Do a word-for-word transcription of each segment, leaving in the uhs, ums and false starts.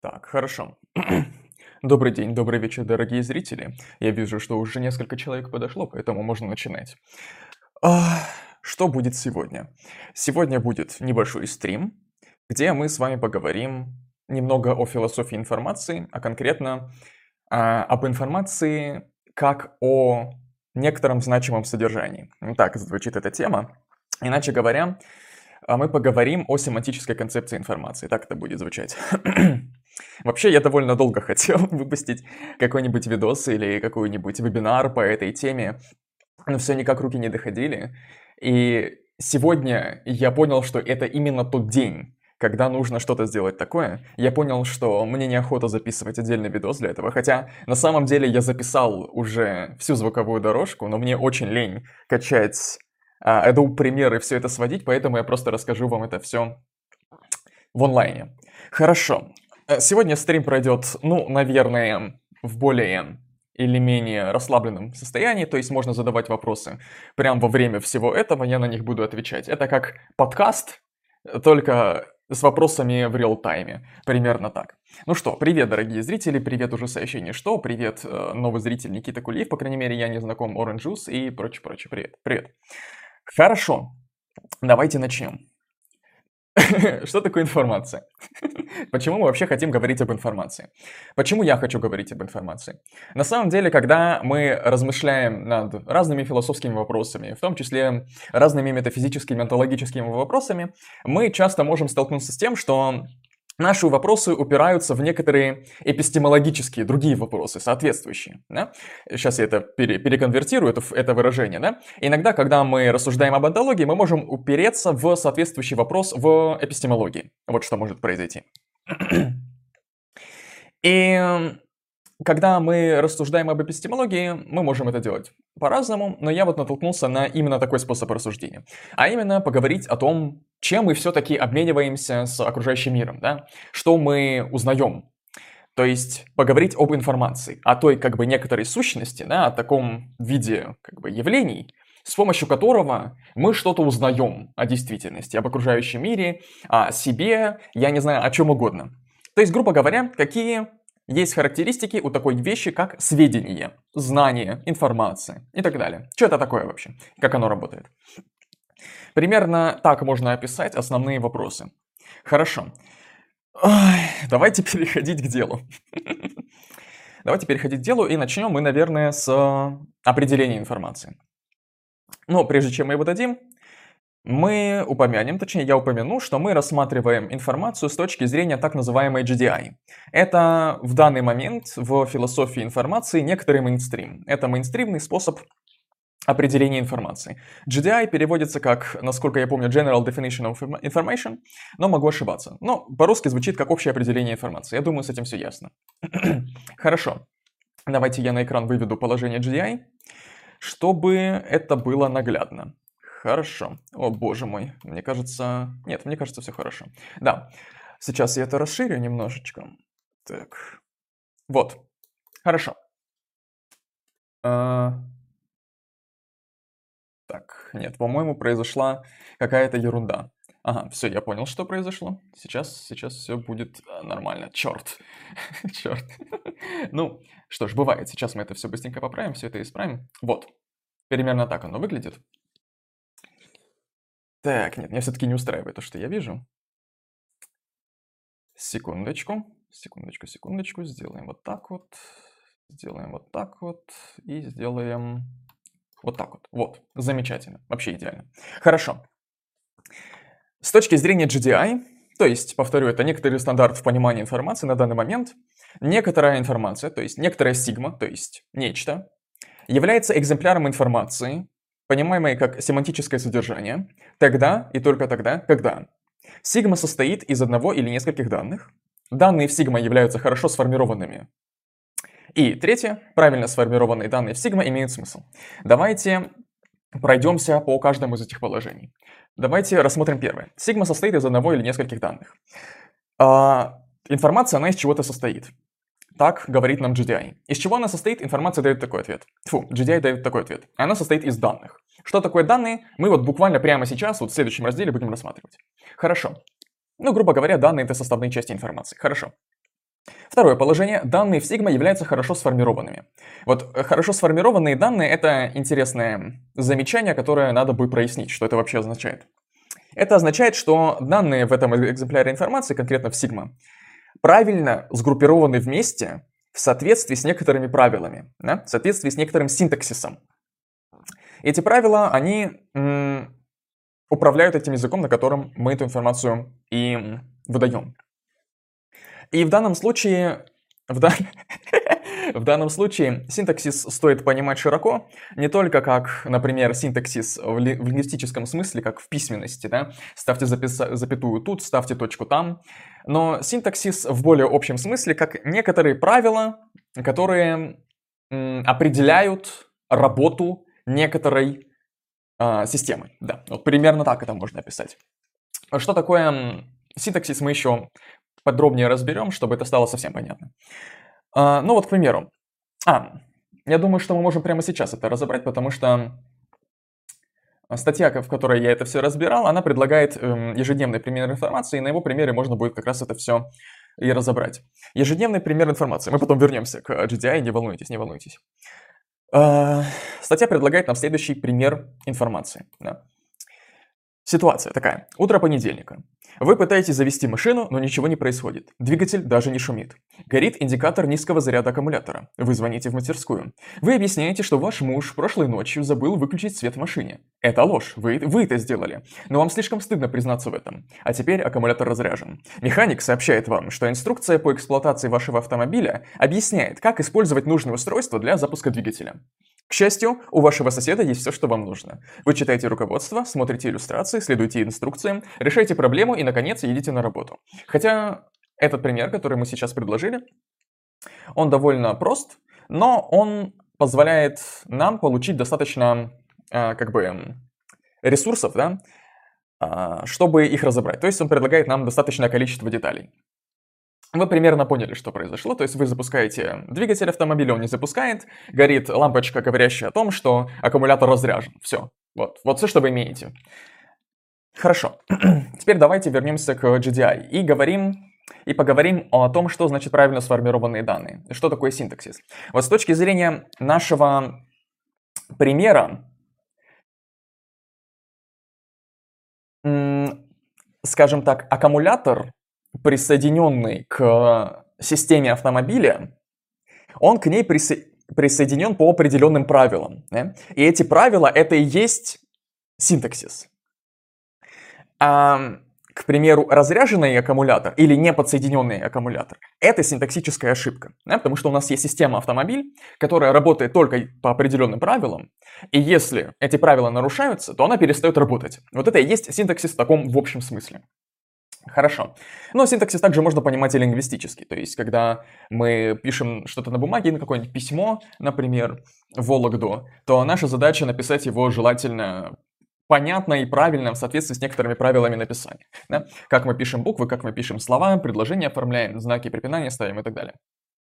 Так, хорошо. Добрый день, добрый вечер, дорогие зрители. Я вижу, что уже несколько человек подошло, поэтому можно начинать. А, Что будет сегодня? Сегодня будет небольшой стрим, где мы с вами поговорим немного о философии информации, а конкретно а, об информации как о некотором значимом содержании. Ну, так звучит эта тема. Иначе говоря, а мы поговорим о семантической концепции информации. Так это будет звучать. Вообще, я довольно долго хотел выпустить какой-нибудь видос или какой-нибудь вебинар по этой теме, но все никак руки не доходили. И сегодня я понял, что это именно тот день, когда нужно что-то сделать такое. Я понял, что мне неохота записывать отдельный видос для этого, хотя на самом деле я записал уже всю звуковую дорожку, но мне очень лень качать а, Adobe Premiere и все это сводить, поэтому я просто расскажу вам это все в онлайне. Хорошо. Сегодня стрим пройдет, ну, наверное, в более или менее расслабленном состоянии, то есть можно задавать вопросы прямо во время всего этого, я на них буду отвечать. Это как подкаст, только с вопросами в реал-тайме, примерно так. Ну что, привет, дорогие зрители, привет ужасающее ничто, привет, новый зритель Никита Кулиев, по крайней мере, я не знаком, Orange Juice и прочее-прочее, привет, привет. Хорошо, давайте начнем. Что такое информация? Почему мы вообще хотим говорить об информации? Почему я хочу говорить об информации? На самом деле, когда мы размышляем над разными философскими вопросами, в том числе разными метафизическими, онтологическими вопросами, мы часто можем столкнуться с тем, что наши вопросы упираются в некоторые эпистемологические, другие вопросы, соответствующие. Да? Сейчас я это пере, переконвертирую, это, это выражение. Да? Иногда, когда мы рассуждаем об онтологии, мы можем упереться в соответствующий вопрос в эпистемологии. Вот что может произойти. И когда мы рассуждаем об эпистемологии, мы можем это делать по-разному, но я вот натолкнулся на именно такой способ рассуждения. А именно поговорить о том, чем мы все-таки обмениваемся с окружающим миром, да? Что мы узнаем. То есть поговорить об информации, о той как бы некоторой сущности, да, о таком виде как бы явлений, с помощью которого мы что-то узнаем о действительности, об окружающем мире, о себе, я не знаю, о чем угодно. То есть, грубо говоря, какие есть характеристики у такой вещи, как сведения, знания, информация и так далее. Что это такое вообще? Как оно работает? Примерно так можно описать основные вопросы. Хорошо. Ой, давайте переходить к делу. Давайте переходить к делу и начнем мы, наверное, с определения информации. Но прежде чем мы его дадим, мы упомянем, точнее я упомяну, что мы рассматриваем информацию с точки зрения так называемой джи ди ай. Это в данный момент в философии информации некоторый мейнстрим. Это мейнстримный способ определения информации. джи ди ай переводится как, насколько я помню, General Definition of Information, но могу ошибаться. Но по-русски звучит как общее определение информации. Я думаю, с этим все ясно. Хорошо. Давайте я на экран выведу положение джи ди ай, чтобы это было наглядно. Хорошо. О, боже мой. Мне кажется... Нет, мне кажется, все хорошо. Да. Сейчас я это расширю немножечко. Так. Вот. Хорошо. А... Так, нет, по-моему, произошла какая-то ерунда. Ага, все, я понял, что произошло. Сейчас, сейчас все будет нормально. Черт. Черт. Ну, что ж, бывает. Сейчас мы это все быстренько поправим, все это исправим. Вот. Примерно так оно выглядит. Так, нет, меня все-таки не устраивает то, что я вижу. Секундочку, секундочку, секундочку. Сделаем вот так вот. Сделаем вот так вот. И сделаем вот так вот. Вот, замечательно. Вообще идеально. Хорошо. С точки зрения джи ди ай, то есть, повторю, это некоторый стандарт в понимании информации на данный момент, некоторая информация, то есть некоторая сигма, то есть нечто, является экземпляром информации, понимаемой как семантическое содержание, тогда и только тогда, когда сигма состоит из одного или нескольких данных, данные в сигма являются хорошо сформированными, и третье, правильно сформированные данные в сигма имеют смысл. Давайте пройдемся по каждому из этих положений. Давайте рассмотрим первое. Сигма состоит из одного или нескольких данных. А, информация, она из чего-то состоит. Так говорит нам джи ди ай. Из чего она состоит? Информация дает такой ответ. Фу, джи ди ай дает такой ответ. Она состоит из данных. Что такое данные? Мы вот буквально прямо сейчас, вот в следующем разделе будем рассматривать. Хорошо. Ну, грубо говоря, данные — это составные части информации. Хорошо. Второе положение. Данные в Sigma являются хорошо сформированными. Вот хорошо сформированные данные — это интересное замечание, которое надо бы прояснить, что это вообще означает. Это означает, что данные в этом экземпляре информации, конкретно в Sigma, правильно сгруппированы вместе в соответствии с некоторыми правилами, да? В соответствии с некоторым синтаксисом. Эти правила, они м, управляют этим языком, на котором мы эту информацию и выдаем. И в данном случае, в, да... в данном случае синтаксис стоит понимать широко, не только как, например, синтаксис в, ли... в лингвистическом смысле, как в письменности, да? Ставьте запис... запятую тут, ставьте точку там, но синтаксис в более общем смысле, как некоторые правила, которые м, определяют работу некоторой э, системы. Да, вот примерно так это можно описать. Что такое синтаксис, мы еще подробнее разберем, чтобы это стало совсем понятно. А, ну вот, к примеру. А, я думаю, что мы можем прямо сейчас это разобрать, потому что статья, в которой я это все разбирал, она предлагает эм, ежедневный пример информации, и на его примере можно будет как раз это все и разобрать. Ежедневный пример информации. Мы потом вернемся к джи ди ай, не волнуйтесь, не волнуйтесь. А, статья предлагает нам следующий пример информации. Да. Ситуация такая. Утро понедельника. Вы пытаетесь завести машину, но ничего не происходит. Двигатель даже не шумит. Горит индикатор низкого заряда аккумулятора. Вы звоните в мастерскую. Вы объясняете, что ваш муж прошлой ночью забыл выключить свет в машине. Это ложь, вы, вы это сделали. Но вам слишком стыдно признаться в этом. А теперь аккумулятор разряжен. Механик сообщает вам, что инструкция по эксплуатации вашего автомобиля объясняет, как использовать нужное устройство для запуска двигателя. К счастью, у вашего соседа есть все, что вам нужно. Вы читаете руководство, смотрите иллюстрации, следуете инструкциям, решаете проблему и, наконец, едете на работу. Хотя этот пример, который мы сейчас предложили, он довольно прост, но он позволяет нам получить достаточно, э, как бы, ресурсов, да, э, чтобы их разобрать. То есть он предлагает нам достаточное количество деталей. Вы примерно поняли, что произошло, то есть вы запускаете двигатель автомобиля, он не запускает, горит лампочка, говорящая о том, что аккумулятор разряжен. Все, вот, вот все, что вы имеете. Хорошо, теперь давайте вернемся к джи ди ай и говорим, и поговорим о том, что значит правильно сформированные данные, что такое синтаксис. Вот с точки зрения нашего примера, скажем так, аккумулятор, присоединенный к системе автомобиля, он к ней присо... присоединен по определенным правилам. Да? И эти правила — это и есть синтаксис. А, к примеру, разряженный аккумулятор или неподсоединенный аккумулятор — это синтаксическая ошибка. Да? Потому что у нас есть система автомобиль, которая работает только по определенным правилам, и если эти правила нарушаются, то она перестает работать. Вот это и есть синтаксис в таком в общем смысле. Хорошо. Но синтаксис также можно понимать и лингвистически. То есть, когда мы пишем что-то на бумаге, на какое-нибудь письмо, например, в Вологду, то наша задача написать его желательно понятно и правильно в соответствии с некоторыми правилами написания. Да? Как мы пишем буквы, как мы пишем слова, предложения оформляем, знаки препинания ставим и так далее.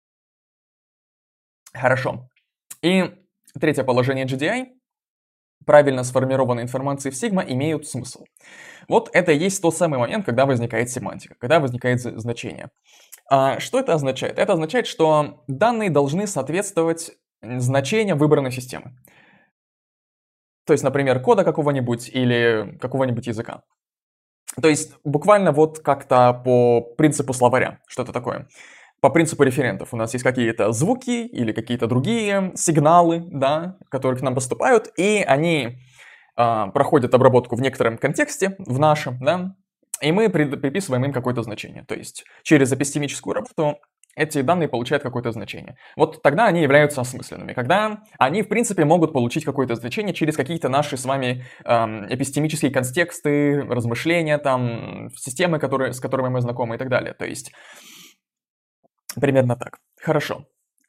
Хорошо. И третье положение джи ди ай. Правильно сформированные информации в Sigma имеют смысл. Вот это и есть тот самый момент, когда возникает семантика, когда возникает значение. А что это означает? Это означает, что данные должны соответствовать значениям выбранной системы. То есть, например, кода какого-нибудь или какого-нибудь языка. То есть, буквально вот как-то по принципу словаря, что-то такое. По принципу референтов у нас есть какие-то звуки или какие-то другие сигналы, да, которые к нам поступают, и они э, проходят обработку в некотором контексте, в нашем, да, и мы при, приписываем им какое-то значение. То есть через эпистемическую работу эти данные получают какое-то значение. Вот тогда они являются осмысленными, когда они, в принципе, могут получить какое-то значение через какие-то наши с вами э, эпистемические контексты, размышления, там, системы, которые, с которыми мы знакомы и так далее. То есть примерно так. Хорошо.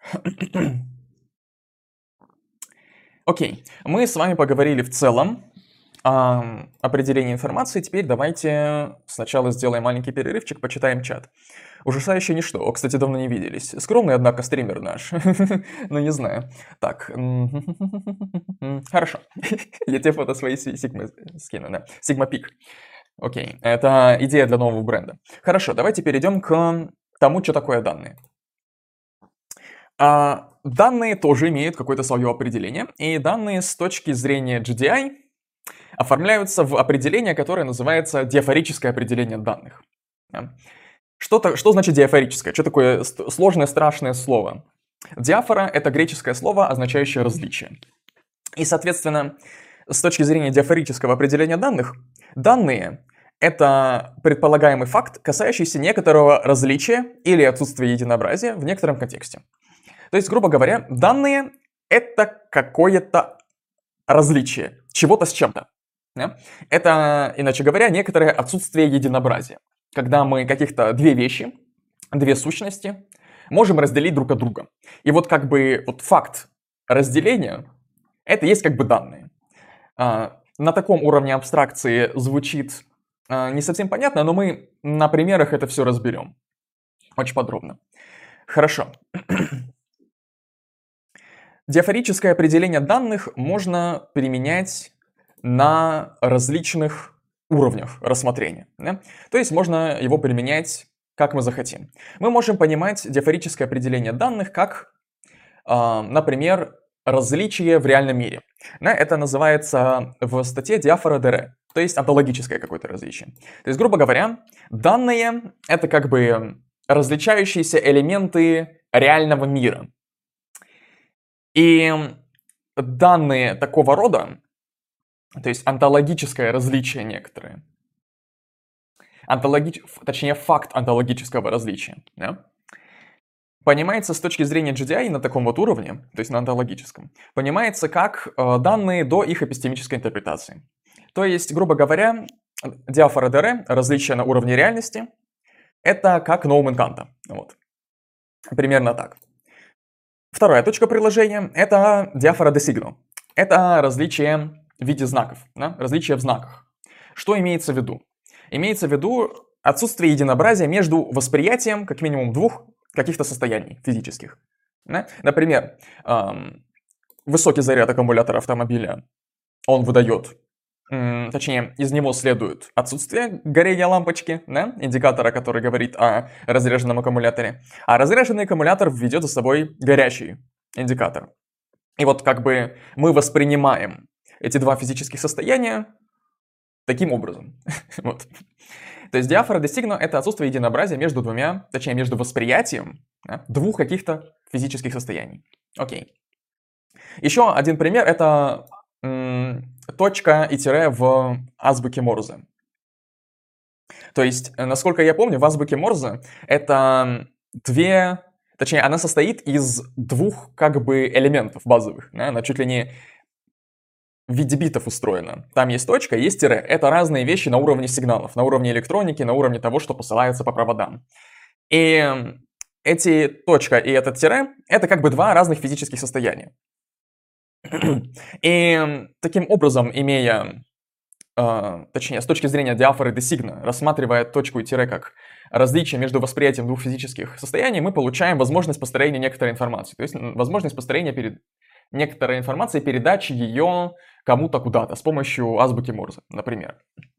Окей. Мы с вами поговорили в целом о определении информации. Теперь давайте сначала сделаем маленький перерывчик, почитаем чат. Ужасающе ничто. О, кстати, давно не виделись. Скромный, однако, стример наш. Ну, не знаю. Так. Хорошо. Я тебе фото своей Sigma скину, да. Sigma Peak. Окей. Это идея для нового бренда. Хорошо, давайте перейдем к тому, что такое данные. А, данные тоже имеют какое-то свое определение, и данные с точки зрения джи ди ай оформляются в определение, которое называется диафорическое определение данных. Что, что значит диафорическое? Что такое сложное, страшное слово? Диафора — это греческое слово, означающее различие. И, соответственно, с точки зрения диафорического определения данных, данные — это предполагаемый факт, касающийся некоторого различия или отсутствия единообразия в некотором контексте. То есть, грубо говоря, данные — это какое-то различие чего-то с чем-то. Да? Это, иначе говоря, некоторое отсутствие единообразия. Когда мы каких-то две вещи, две сущности можем разделить друг от друга. И вот как бы вот факт разделения — это есть как бы данные. А, на таком уровне абстракции звучит а, не совсем понятно, но мы на примерах это все разберем очень подробно. Хорошо. Диафорическое определение данных можно применять на различных уровнях рассмотрения. Да? То есть можно его применять как мы захотим. Мы можем понимать диафорическое определение данных как, э, например, различие в реальном мире. Да? Это называется в статье диафора дере, то есть онтологическое какое-то различие. То есть, грубо говоря, данные — это как бы различающиеся элементы реального мира. И данные такого рода, то есть онтологическое различие некоторое, онтологич... точнее факт онтологического различия, да, понимается с точки зрения джи ди ай на таком вот уровне, то есть на онтологическом, понимается как э, данные до их эпистемической интерпретации. То есть, грубо говоря, диафора дере, различие на уровне реальности, это как ноумен Канта. Вот. Примерно так. Вторая точка приложения — это диафора де сигно. Это различие в виде знаков, да? Различие в знаках. Что имеется в виду? Имеется в виду отсутствие единообразия между восприятием как минимум двух каких-то состояний физических. Да? Например, эм, высокий заряд аккумулятора автомобиля, он выдает, эм, точнее, из него следует отсутствие горения лампочки, да? Индикатора, который говорит о разряженном аккумуляторе. А разряженный аккумулятор ведет за собой горящий индикатор. И вот как бы мы воспринимаем эти два физических состояния таким образом. Вот. То есть диафора де сигно — это отсутствие единообразия между двумя, точнее, между восприятием, да, двух каких-то физических состояний. Окей. Еще один пример — это м, точка и тире в азбуке Морзе. То есть, насколько я помню, в азбуке Морзе это две... Точнее, она состоит из двух как бы элементов базовых. Да? Она чуть ли не в виде битов устроена. Там есть точка, есть тире. Это разные вещи на уровне сигналов, на уровне электроники, на уровне того, что посылается по проводам. И эти точка и этот тире — это как бы два разных физических состояния. И таким образом, имея, э, точнее, с точки зрения диафоры де сигно, рассматривая точку и тире как различие между восприятием двух физических состояний, мы получаем возможность построения некоторой информации. То есть возможность построения перед... некоторой информации, передачи ее кому-то куда-то с помощью азбуки Морзе, например.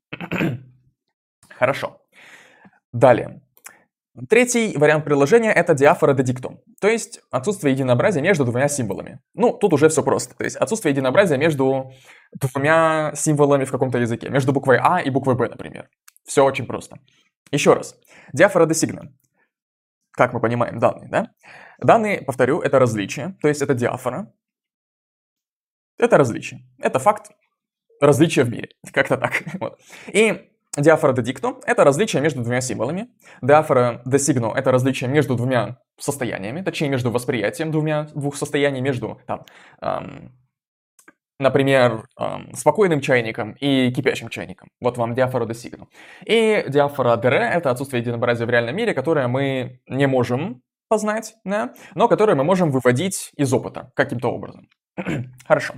Хорошо. Далее. Третий вариант приложения — это диафора де дикто, то есть отсутствие единообразия между двумя символами. Ну, тут уже все просто. То есть отсутствие единообразия между двумя символами в каком-то языке, между буквой А и буквой Б, например. Все очень просто. Еще раз. Диафора де сигно. Как мы понимаем, данные, да? Данные, повторю, это различие, то есть это диафора. Это различие. Это факт различия в мире. Как-то так. Вот. И диафора де дикто — это различие между двумя символами. Диафора де сигно — это различие между двумя состояниями, точнее, между восприятием двумя, двух состояний, между, там, эм, например, эм, спокойным чайником и кипящим чайником. Вот вам диафора де сигно. И диафора дере — это отсутствие единообразия в реальном мире, которое мы не можем познать, да, но которое мы можем выводить из опыта каким-то образом. Хорошо.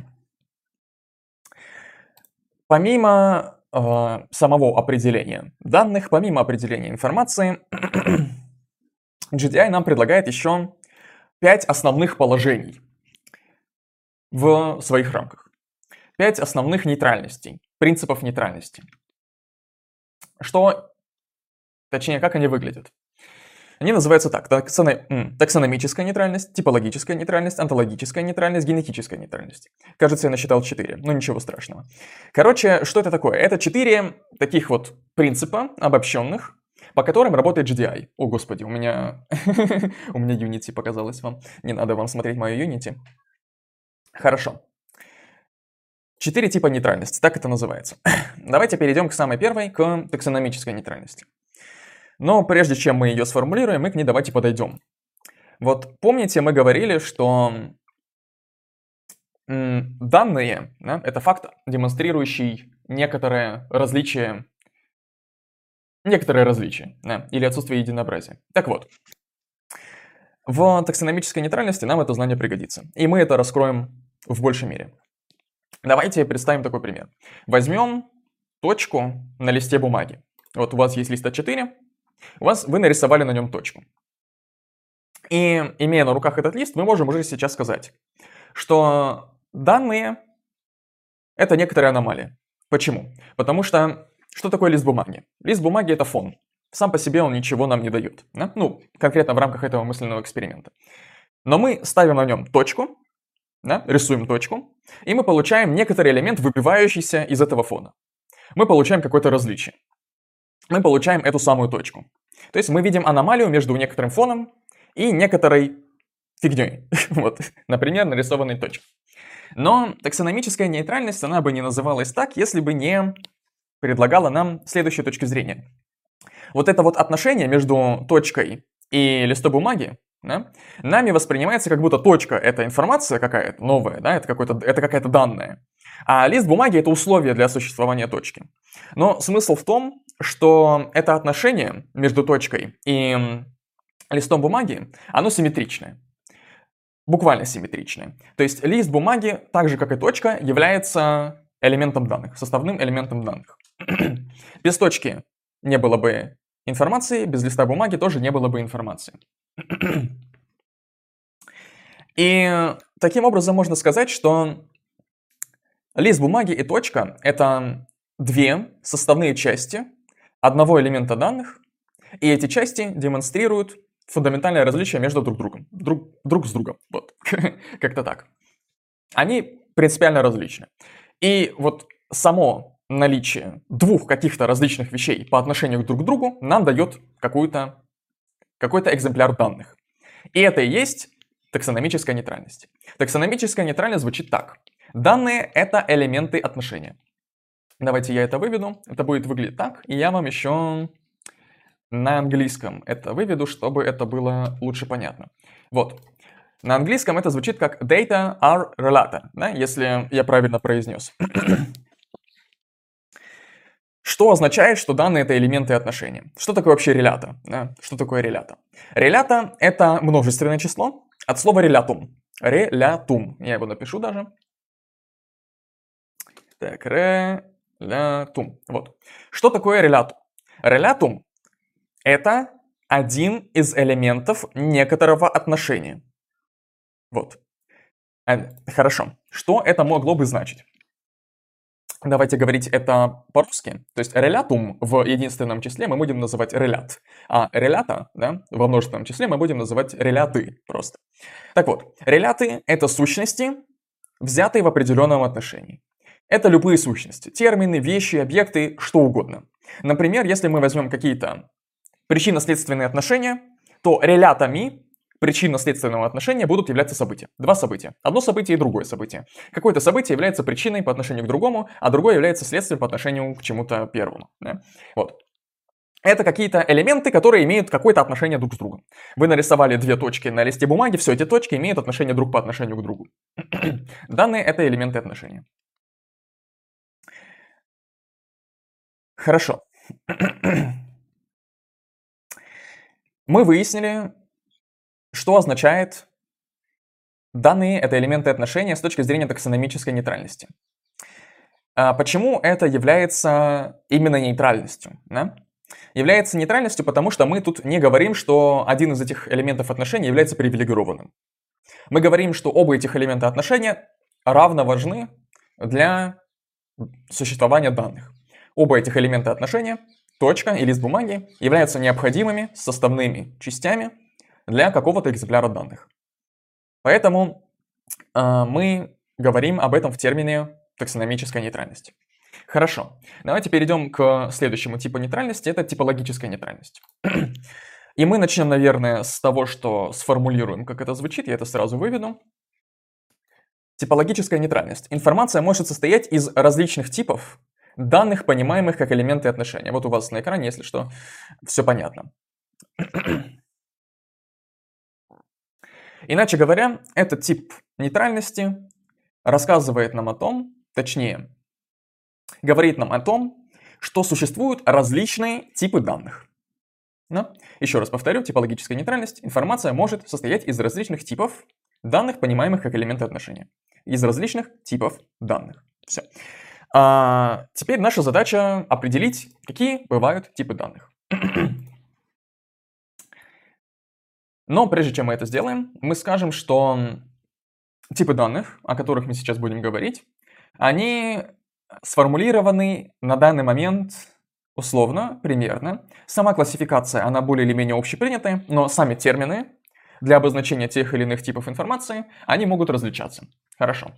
Помимо э, самого определения данных, помимо определения информации, джи ди ай нам предлагает еще пять основных положений в своих рамках. Пять основных нейтральностей, принципов нейтральности. Что, точнее, как они выглядят? Они называются так: таксоно... таксономическая нейтральность, типологическая нейтральность, онтологическая нейтральность, генетическая нейтральность. Кажется, я насчитал четыре, но ничего страшного. Короче, что это такое? Это четыре таких вот принципа обобщенных, по которым работает джи ди ай. О, господи, у меня... у меня Unity показалось вам. Не надо вам смотреть мою Unity. Хорошо. Четыре типа нейтральности, так это называется. Давайте перейдем к самой первой, к таксономической нейтральности. Но прежде чем мы ее сформулируем, мы к ней давайте подойдем. Вот помните, мы говорили, что м, данные, да, это факт, демонстрирующий некоторое различие, некоторое различие, да, или отсутствие единообразия. Так вот, в таксономической нейтральности нам это знание пригодится, и мы это раскроем в большей мере. Давайте представим такой пример. Возьмем точку на листе бумаги. Вот у вас есть лист а четыре, у вас, вы нарисовали на нем точку. И, имея на руках этот лист, мы можем уже сейчас сказать, что данные — это некоторая аномалия. Почему? Потому что, что такое лист бумаги? Лист бумаги — это фон. Сам по себе он ничего нам не дает. Да? Ну, конкретно в рамках этого мысленного эксперимента. Но мы ставим на нем точку, да, рисуем точку, и мы получаем некоторый элемент, выбивающийся из этого фона. Мы получаем какое-то различие. Мы получаем эту самую точку. То есть мы видим аномалию между некоторым фоном и некоторой фигней. Вот, например, нарисованной точкой. Но таксономическая нейтральность, она бы не называлась так, если бы не предлагала нам следующую точку зрения. Вот это вот отношение между точкой и листом бумаги, да, нами воспринимается как будто точка — это информация какая-то новая, да, это, какой-то, это какая-то данная, а лист бумаги — это условие для существования точки. Но смысл в том, что это отношение между точкой и листом бумаги, оно симметричное. Буквально симметричное. То есть лист бумаги, так же как и точка, является элементом данных, составным элементом данных. Без точки не было бы информации, без листа бумаги тоже не было бы информации. И таким образом можно сказать, что лист бумаги и точка — это две составные части одного элемента данных, и эти части демонстрируют фундаментальное различие между друг другом, друг, друг с другом, вот, как-то так. Они принципиально различны. И вот само наличие двух каких-то различных вещей по отношению друг к другу нам дает какую-то, какой-то экземпляр данных. И это и есть таксономическая нейтральность. Таксономическая нейтральность звучит так. Данные — это элементы отношения. Давайте я это выведу. Это будет выглядеть так. И я вам еще на английском это выведу, чтобы это было лучше понятно. Вот. На английском это звучит как data are relata, да, если я правильно произнес. Что означает, что данные — это элементы отношения? Что такое вообще релята? Да? Что такое релята? Релята — это множественное число от слова релятум. Релятум. Я его напишу даже. Так, релятум. Вот. Что такое релятум? Релятум — это один из элементов некоторого отношения. Вот. Хорошо. Что это могло бы значить? Давайте говорить это по-русски. То есть релятум в единственном числе мы будем называть релят. А релята, да, во множественном числе мы будем называть реляты просто. Так вот, реляты — это сущности, взятые в определенном отношении. Это любые сущности. Термины, вещи, объекты, что угодно. Например, если мы возьмем какие-то причинно-следственные отношения, то релятами причинно-следственного отношения будут являться события. Два события. Одно событие и другое событие. Какое-то событие является причиной по отношению к другому, а другое является следствием по отношению к чему-то первому. Да? Вот. Это какие-то элементы, которые имеют какое-то отношение друг с другом. Вы нарисовали две точки на листе бумаги, все эти точки имеют отношение друг по отношению к другу. Данные — это элементы отношения. Хорошо. Мы выяснили, что означает данные — это элементы отношения с точки зрения таксономической нейтральности. А почему это является именно нейтральностью? Да? Является нейтральностью, потому что мы тут не говорим, что один из этих элементов отношения является привилегированным. Мы говорим, что оба этих элемента отношения равно важны для существования данных. Оба этих элемента отношения точка и лист бумаги являются необходимыми составными частями для какого-то экземпляра данных. Поэтому э, мы говорим об этом в термине таксономическая нейтральность. Хорошо, давайте перейдем к следующему типу нейтральности, это типологическая нейтральность. И мы начнем, наверное, с того, что сформулируем, как это звучит, я это сразу выведу. Типологическая нейтральность. Информация может состоять из различных типов данных, понимаемых как элементы отношения. Вот у вас на экране, если что, все понятно. Иначе говоря, этот тип нейтральности рассказывает нам о том, точнее, говорит нам о том, что существуют различные типы данных. Но, еще раз повторю, типологическая нейтральность. Информация может состоять из различных типов данных, понимаемых как элементы отношения. Из различных типов данных. Все. А теперь наша задача определить, какие бывают типы данных. Но прежде чем мы это сделаем, мы скажем, что типы данных, о которых мы сейчас будем говорить, они сформулированы на данный момент условно, примерно. Сама классификация, она более или менее общепринятая, но сами термины для обозначения тех или иных типов информации, они могут различаться. Хорошо.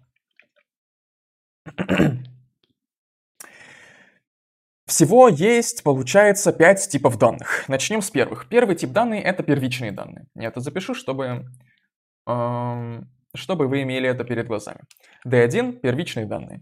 Всего есть, получается, пять типов данных. Начнем с первых. Первый тип данных — это первичные данные. Я это запишу, чтобы, э, чтобы вы имели это перед глазами. ди один — первичные данные.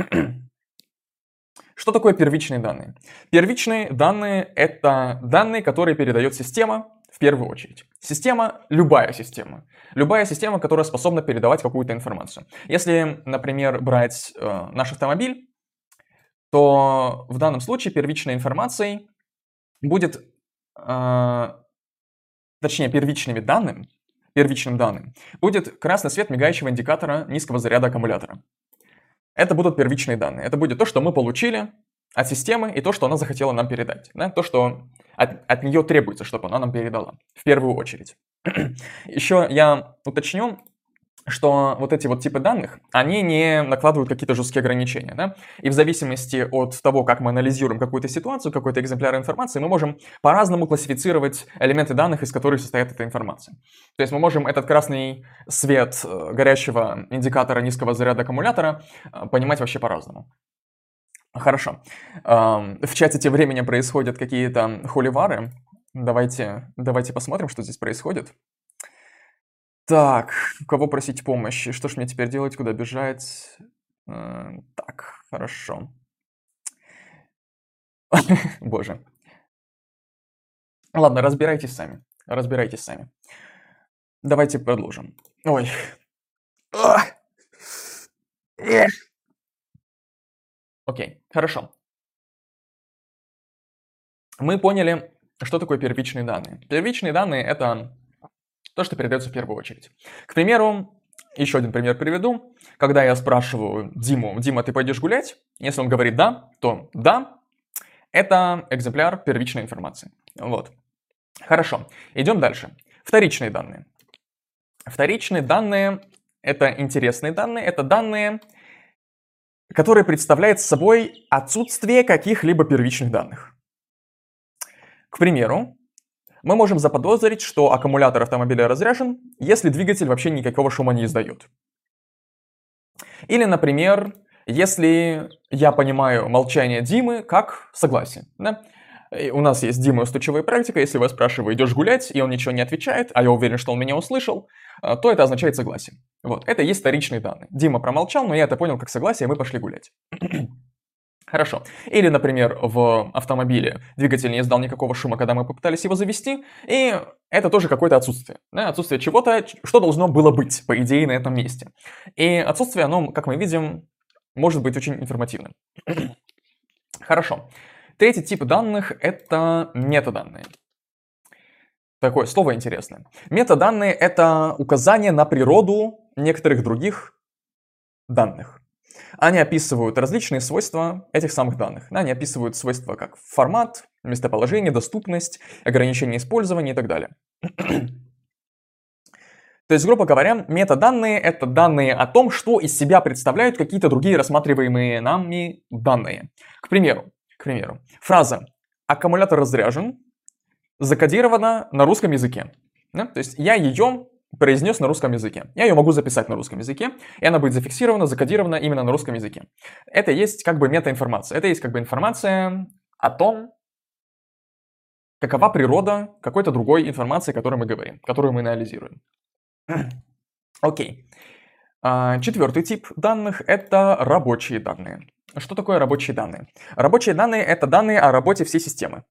Что такое первичные данные? Первичные данные — это данные, которые передает система в первую очередь. Система, любая система. Любая система, которая способна передавать какую-то информацию. Если, например, брать э, наш автомобиль, то в данном случае первичной информацией будет, э, точнее, первичными данными, первичным данным будет красный свет мигающего индикатора низкого заряда аккумулятора. Это будут первичные данные. Это будет то, что мы получили от системы, и то, что она захотела нам передать. Да? То, что от, от нее требуется, чтобы она нам передала. В первую очередь. Еще я уточню, что вот эти вот типы данных, они не накладывают какие-то жесткие ограничения. Да? И в зависимости от того, как мы анализируем какую-то ситуацию, какой-то экземпляр информации, мы можем по-разному классифицировать элементы данных, из которых состоит эта информация. То есть мы можем этот красный свет горящего индикатора низкого заряда аккумулятора понимать вообще по-разному. Хорошо. В чате тем временем происходят какие-то холивары. Давайте, давайте посмотрим, что здесь происходит. Так, у кого просить помощи? Что ж мне теперь делать? Куда бежать? Так, хорошо. Боже. Ладно, разбирайтесь сами. Разбирайтесь сами. Давайте продолжим. Ой. Окей, хорошо. Мы поняли, что такое первичные данные. Первичные данные — это то, что передается в первую очередь. К примеру, еще один пример приведу. Когда я спрашиваю Диму: «Дима, ты пойдешь гулять?» Если он говорит «да», то «да» — это экземпляр первичной информации. Вот. Хорошо, идем дальше. Вторичные данные. Вторичные данные — это интересные данные, это данные, которые представляют собой отсутствие каких-либо первичных данных. К примеру, мы можем заподозрить, что аккумулятор автомобиля разряжен, если двигатель вообще никакого шума не издает. Или, например, если я понимаю молчание Димы как согласие. Да? У нас есть Дима устойчивая практика, если я спрашиваю: «Идешь гулять?» и он ничего не отвечает, а я уверен, что он меня услышал, то это означает согласие. Вот, это и есть вторичные данные. Дима промолчал, но я это понял как согласие, и мы пошли гулять. Хорошо. Или, например, в автомобиле двигатель не издал никакого шума, когда мы попытались его завести, и это тоже какое-то отсутствие. Да? Отсутствие чего-то, что должно было быть, по идее, на этом месте. И отсутствие, оно, как мы видим, может быть очень информативным. Хорошо. Третий тип данных — это метаданные. Такое слово интересное. Метаданные — это указание на природу некоторых других данных. Они описывают различные свойства этих самых данных. Они описывают свойства как формат, местоположение, доступность, ограничение использования и так далее. То есть, грубо говоря, метаданные — это данные о том, что из себя представляют какие-то другие рассматриваемые нами данные. К примеру, к примеру, фраза аккумулятор разряжен, закодирована на русском языке. Да? То есть я ее произнес на русском языке. Я ее могу записать на русском языке, и она будет зафиксирована, закодирована именно на русском языке. Это есть как бы метаинформация. Это есть как бы информация о том, какова природа какой-то другой информации, о которой мы говорим, которую мы анализируем. Окей. А, четвертый тип данных — это рабочие данные. Что такое рабочие данные? Рабочие данные — это данные о работе всей системы.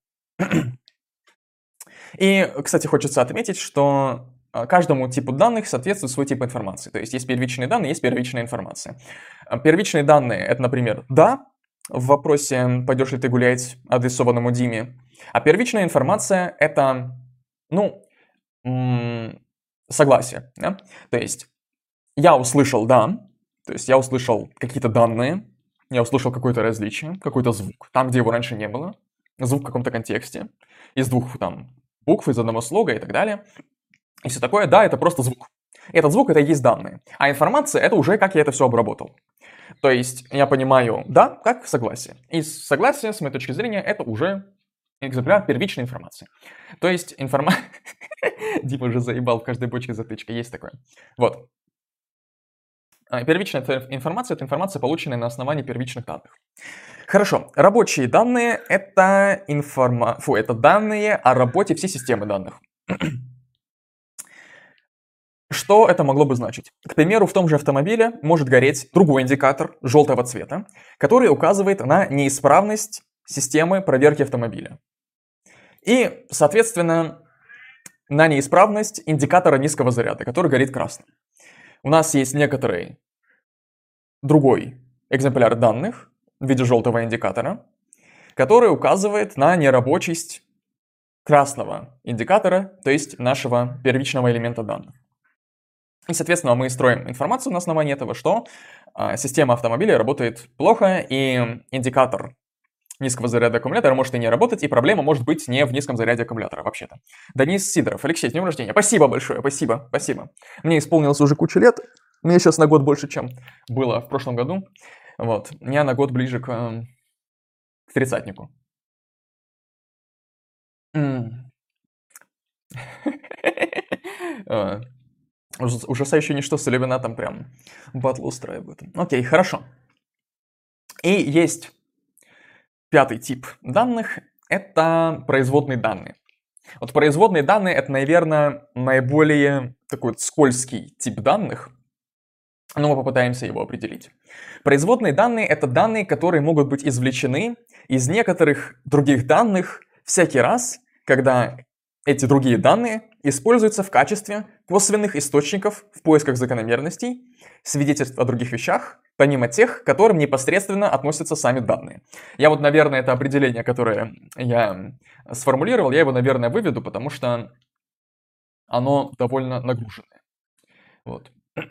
И, кстати, хочется отметить, что каждому типу данных соответствует свой тип информации. То есть есть первичные данные, есть первичная информация. Первичные данные — это, например, «да» в вопросе «пойдешь ли ты гулять» адресованному Диме. А первичная информация — это, ну, согласие. Да? То есть я услышал «да», то есть я услышал какие-то данные, я услышал какое-то различие, какой-то звук, там, где его раньше не было, звук в каком-то контексте, из двух там букв, из одного слога и так далее. И все такое, да, это просто звук. Этот звук — это и есть данные. А информация — это уже как я это все обработал. То есть я понимаю «да» как согласие. И согласие, с моей точки зрения, это уже экземпляр первичной информации. То есть информация... Дима уже заебал, в каждой бочке затычка, есть такое. Вот. Первичная информация — это информация, полученная на основании первичных данных. Хорошо, рабочие данные — это, информа... Фу, это данные о работе всей системы данных. Что это могло бы значить? К примеру, в том же автомобиле может гореть другой индикатор желтого цвета, который указывает на неисправность системы проверки автомобиля. И, соответственно, на неисправность индикатора низкого заряда, который горит красным. У нас есть некоторый другой экземпляр данных в виде желтого индикатора, который указывает на нерабочесть красного индикатора, то есть нашего первичного элемента данных. И, соответственно, мы строим информацию на основании этого, что э, система автомобиля работает плохо, и индикатор низкого заряда аккумулятора может и не работать, и проблема может быть не в низком заряде аккумулятора вообще-то. Денис Сидоров, Алексей, с днем рождения. Спасибо большое, спасибо, спасибо. Мне исполнилось уже кучу лет, мне сейчас на год больше, чем было в прошлом году. Вот, я на год ближе к, э, к тридцатнику. Ужасающее ничто с иллюминатом прям батл устраивает. Окей, хорошо. И есть пятый тип данных — это производные данные. Вот производные данные — это, наверное, наиболее такой скользкий тип данных, но мы попытаемся его определить. Производные данные — это данные, которые могут быть извлечены из некоторых других данных всякий раз, когда эти другие данные используются в качестве косвенных источников в поисках закономерностей, свидетельств о других вещах, помимо тех, к которым непосредственно относятся сами данные. Я вот, наверное, это определение, которое я сформулировал, я его, наверное, выведу, потому что оно довольно нагруженное. Вот.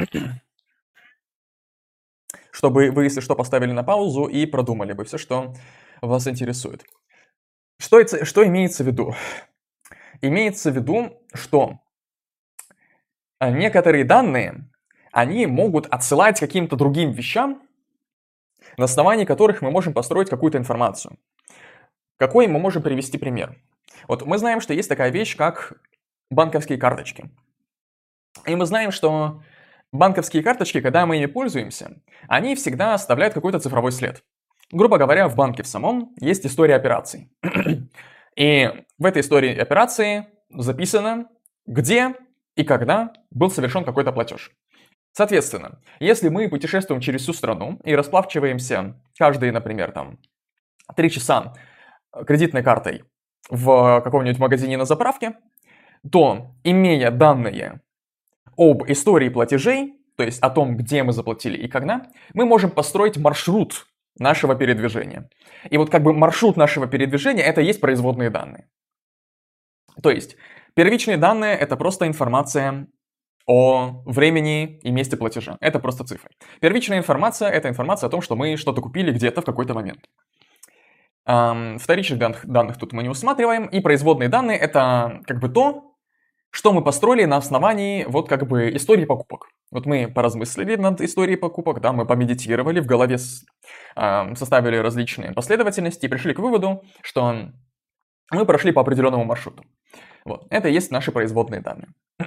Чтобы вы, если что, поставили на паузу и продумали бы все, что вас интересует. Что, это, что имеется в виду? Имеется в виду, что некоторые данные, они могут отсылать к каким-то другим вещам, на основании которых мы можем построить какую-то информацию. Какой мы можем привести пример? Вот мы знаем, что есть такая вещь, как банковские карточки. И мы знаем, что банковские карточки, когда мы ими пользуемся, они всегда оставляют какой-то цифровой след. Грубо говоря, в банке в самом есть история операций. И в этой истории операции записано, где и когда был совершен какой-то платеж. Соответственно, если мы путешествуем через всю страну и расплачиваемся каждые, например, там, три часа кредитной картой в каком-нибудь магазине на заправке, то, имея данные об истории платежей, то есть о том, где мы заплатили и когда, мы можем построить маршрут нашего передвижения. И вот как бы маршрут нашего передвижения — это и есть производные данные. То есть первичные данные — это просто информация о времени и месте платежа. Это просто цифры. Первичная информация — это информация о том, что мы что-то купили где-то в какой-то момент. Эм, вторичных данных, данных тут мы не усматриваем. И производные данные — это как бы то, что мы построили на основании вот как бы истории покупок. Вот мы поразмыслили над историей покупок, да, мы помедитировали, в голове с, э, составили различные последовательности и пришли к выводу, что мы прошли по определенному маршруту. Вот, это и есть наши производные данные.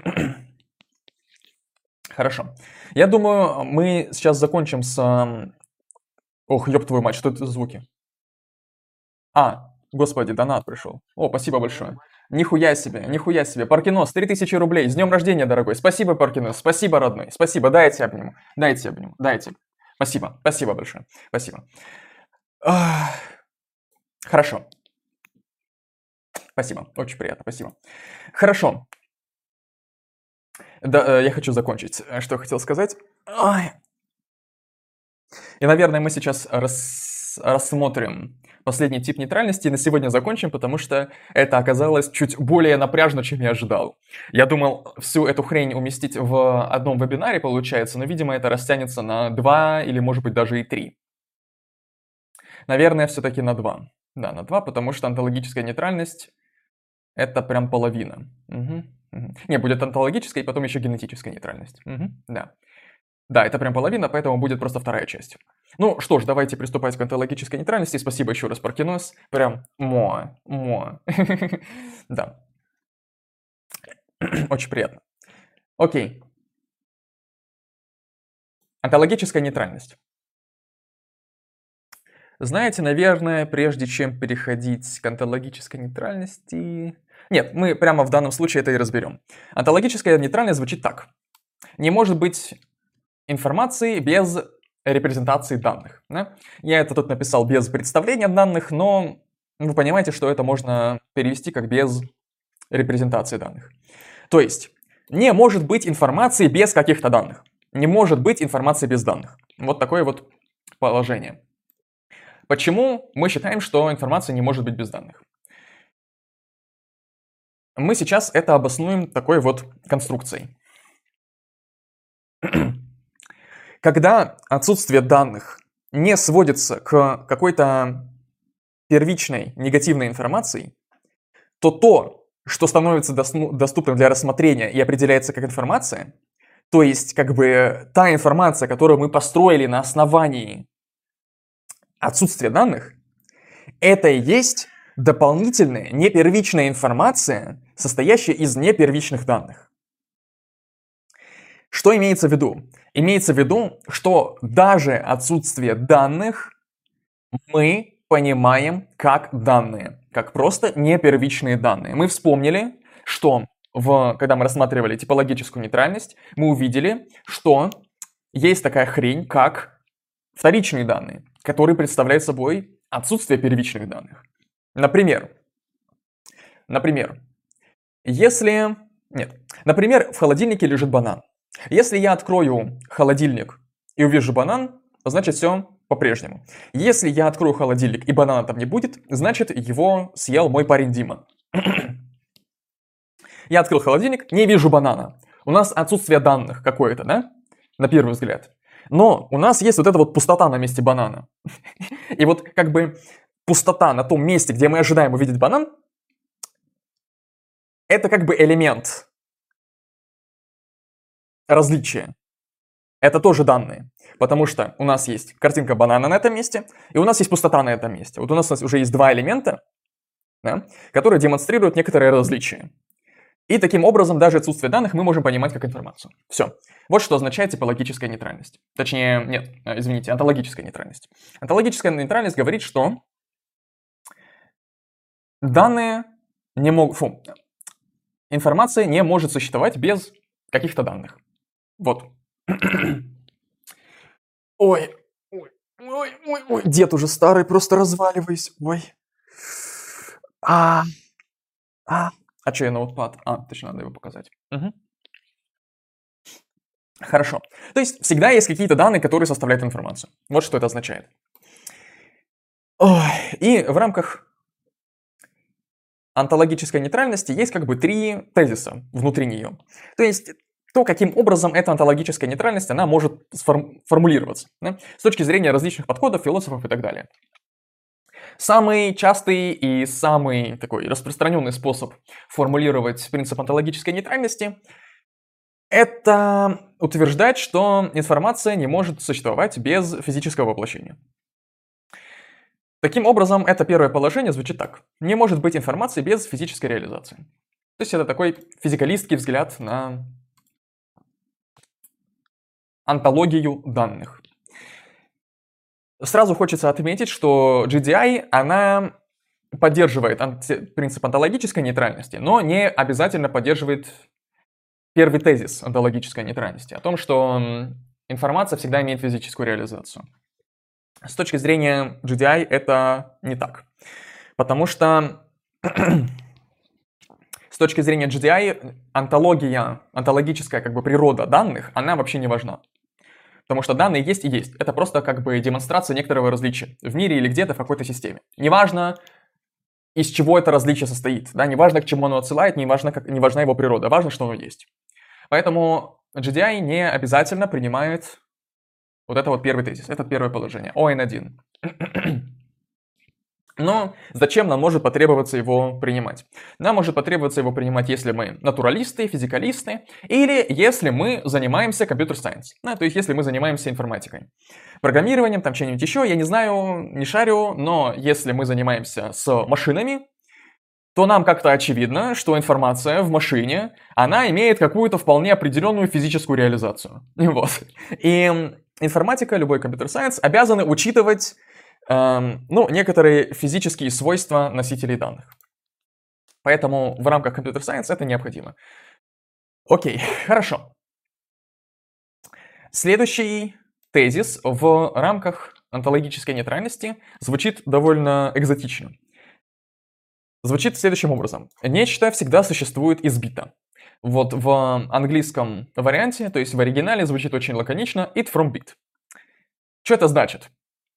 Хорошо. Я думаю, мы сейчас закончим с... Ох, ёб твою мать, что это за звуки? А, господи, донат пришел. О, спасибо большое. Нихуя себе, нихуя себе. Паркинос, три тысячи рублей. С днем рождения, дорогой. Спасибо, Паркинос. Спасибо, родной. Спасибо. Дайте обниму. Дайте обниму. Дайте. Спасибо. Спасибо большое. Спасибо. Ах. Хорошо. Спасибо. Очень приятно. Спасибо. Хорошо. Да, я хочу закончить. Что хотел сказать? Ой. И, наверное, мы сейчас рас... рассмотрим последний тип нейтральности и на сегодня закончим, потому что это оказалось чуть более напряжно, чем я ожидал. Я думал всю эту хрень уместить в одном вебинаре, получается, но, видимо, это растянется на два или, может быть, даже и три. Наверное, все-таки на два. Да, на два, потому что онтологическая нейтральность — это прям половина. Угу, угу. Не, будет онтологическая и потом еще генетическая нейтральность. Угу, да. Да, это прям половина, поэтому будет просто вторая часть. Ну что ж, давайте приступать к онтологической нейтральности. Спасибо еще раз, Паркинос. Прям мо, мо. Да. Очень приятно. Окей. Онтологическая нейтральность. Знаете, наверное, прежде чем переходить к онтологической нейтральности... Нет, мы прямо в данном случае это и разберем. Онтологическая нейтральность звучит так. Не может быть информации без репрезентации данных. Да? Я это тут написал без представления данных, но вы понимаете, что это можно перевести как без репрезентации данных. То есть, не может быть информации без каких-то данных. Не может быть информации без данных. Вот такое вот положение. Почему мы считаем, что информация не может быть без данных? Мы сейчас это обоснуем такой вот конструкцией. Когда отсутствие данных не сводится к какой-то первичной негативной информации, то то, что становится доступным для рассмотрения и определяется как информация, то есть как бы та информация, которую мы построили на основании отсутствия данных, это и есть дополнительная непервичная информация, состоящая из непервичных данных. Что имеется в виду? Имеется в виду, что даже отсутствие данных мы понимаем как данные, как просто непервичные данные. Мы вспомнили, что в, когда мы рассматривали типологическую нейтральность, мы увидели, что есть такая хрень, как вторичные данные, которые представляют собой отсутствие первичных данных. Например, например, если... Нет, например, в холодильнике лежит банан. Если я открою холодильник и увижу банан, значит все по-прежнему. Если я открою холодильник и банана там не будет, значит его съел мой парень Дима. Я открыл холодильник, не вижу банана. У нас отсутствие данных какое-то, да? На первый взгляд. Но у нас есть вот эта вот пустота на месте банана. И вот как бы пустота на том месте, где мы ожидаем увидеть банан, это как бы элемент различия. Это тоже данные. Потому что у нас есть картинка банана на этом месте, и у нас есть пустота на этом месте. Вот у нас уже есть два элемента, да, которые демонстрируют некоторые различия. И таким образом даже отсутствие данных мы можем понимать как информацию. Все. Вот что означает типологическая нейтральность. Точнее, нет, извините, онтологическая нейтральность. Онтологическая нейтральность говорит, что данные не могут... Фу. Информация не может существовать без каких-то данных. Вот. Ой, ой, ой, ой, ой. Дед уже старый, просто разваливаюсь. Ой. А, а. А что я ноутпад? А, точно, надо его показать. Угу. Хорошо. То есть всегда есть какие-то данные, которые составляют информацию. Вот что это означает. Ой. И в рамках онтологической нейтральности есть как бы три тезиса внутри нее. То есть то, каким образом эта онтологическая нейтральность, она может сформ- формулироваться, да? С точки зрения различных подходов, философов и так далее. Самый частый и самый такой распространенный способ формулировать принцип онтологической нейтральности – это утверждать, что информация не может существовать без физического воплощения. Таким образом, это первое положение звучит так. Не может быть информации без физической реализации. То есть это такой физикалистский взгляд на онтологию данных. Сразу хочется отметить, что джи ди ай, она поддерживает принцип онтологической нейтральности, но не обязательно поддерживает первый тезис онтологической нейтральности, о том, что информация всегда имеет физическую реализацию. С точки зрения джи ди ай это не так, потому что с точки зрения джи ди ай онтология, онтологическая как бы природа данных, она вообще не важна. Потому что данные есть и есть. Это просто как бы демонстрация некоторого различия в мире или где-то в какой-то системе. Неважно, из чего это различие состоит, да, неважно, к чему оно отсылает, неважно, как, не важна его природа, важно, что оно есть. Поэтому джи ди ай не обязательно принимает вот это вот первый тезис, это первое положение, о эн один. Но зачем нам может потребоваться его принимать? Нам может потребоваться его принимать, если мы натуралисты, физикалисты, или если мы занимаемся компьютер-сайенс, да, то есть если мы занимаемся информатикой. Программированием, там чем-нибудь еще, я не знаю, не шарю, но если мы занимаемся с машинами, то нам как-то очевидно, что информация в машине, она имеет какую-то вполне определенную физическую реализацию. Вот. И информатика, любой компьютер-сайенс обязаны учитывать ну, некоторые физические свойства носителей данных. Поэтому в рамках Computer Science это необходимо. Окей, хорошо. Следующий тезис в рамках онтологической нейтральности звучит довольно экзотично. Звучит следующим образом. Нечто всегда существует из бита. Вот в английском варианте, то есть в оригинале, звучит очень лаконично it from bit. Что это значит?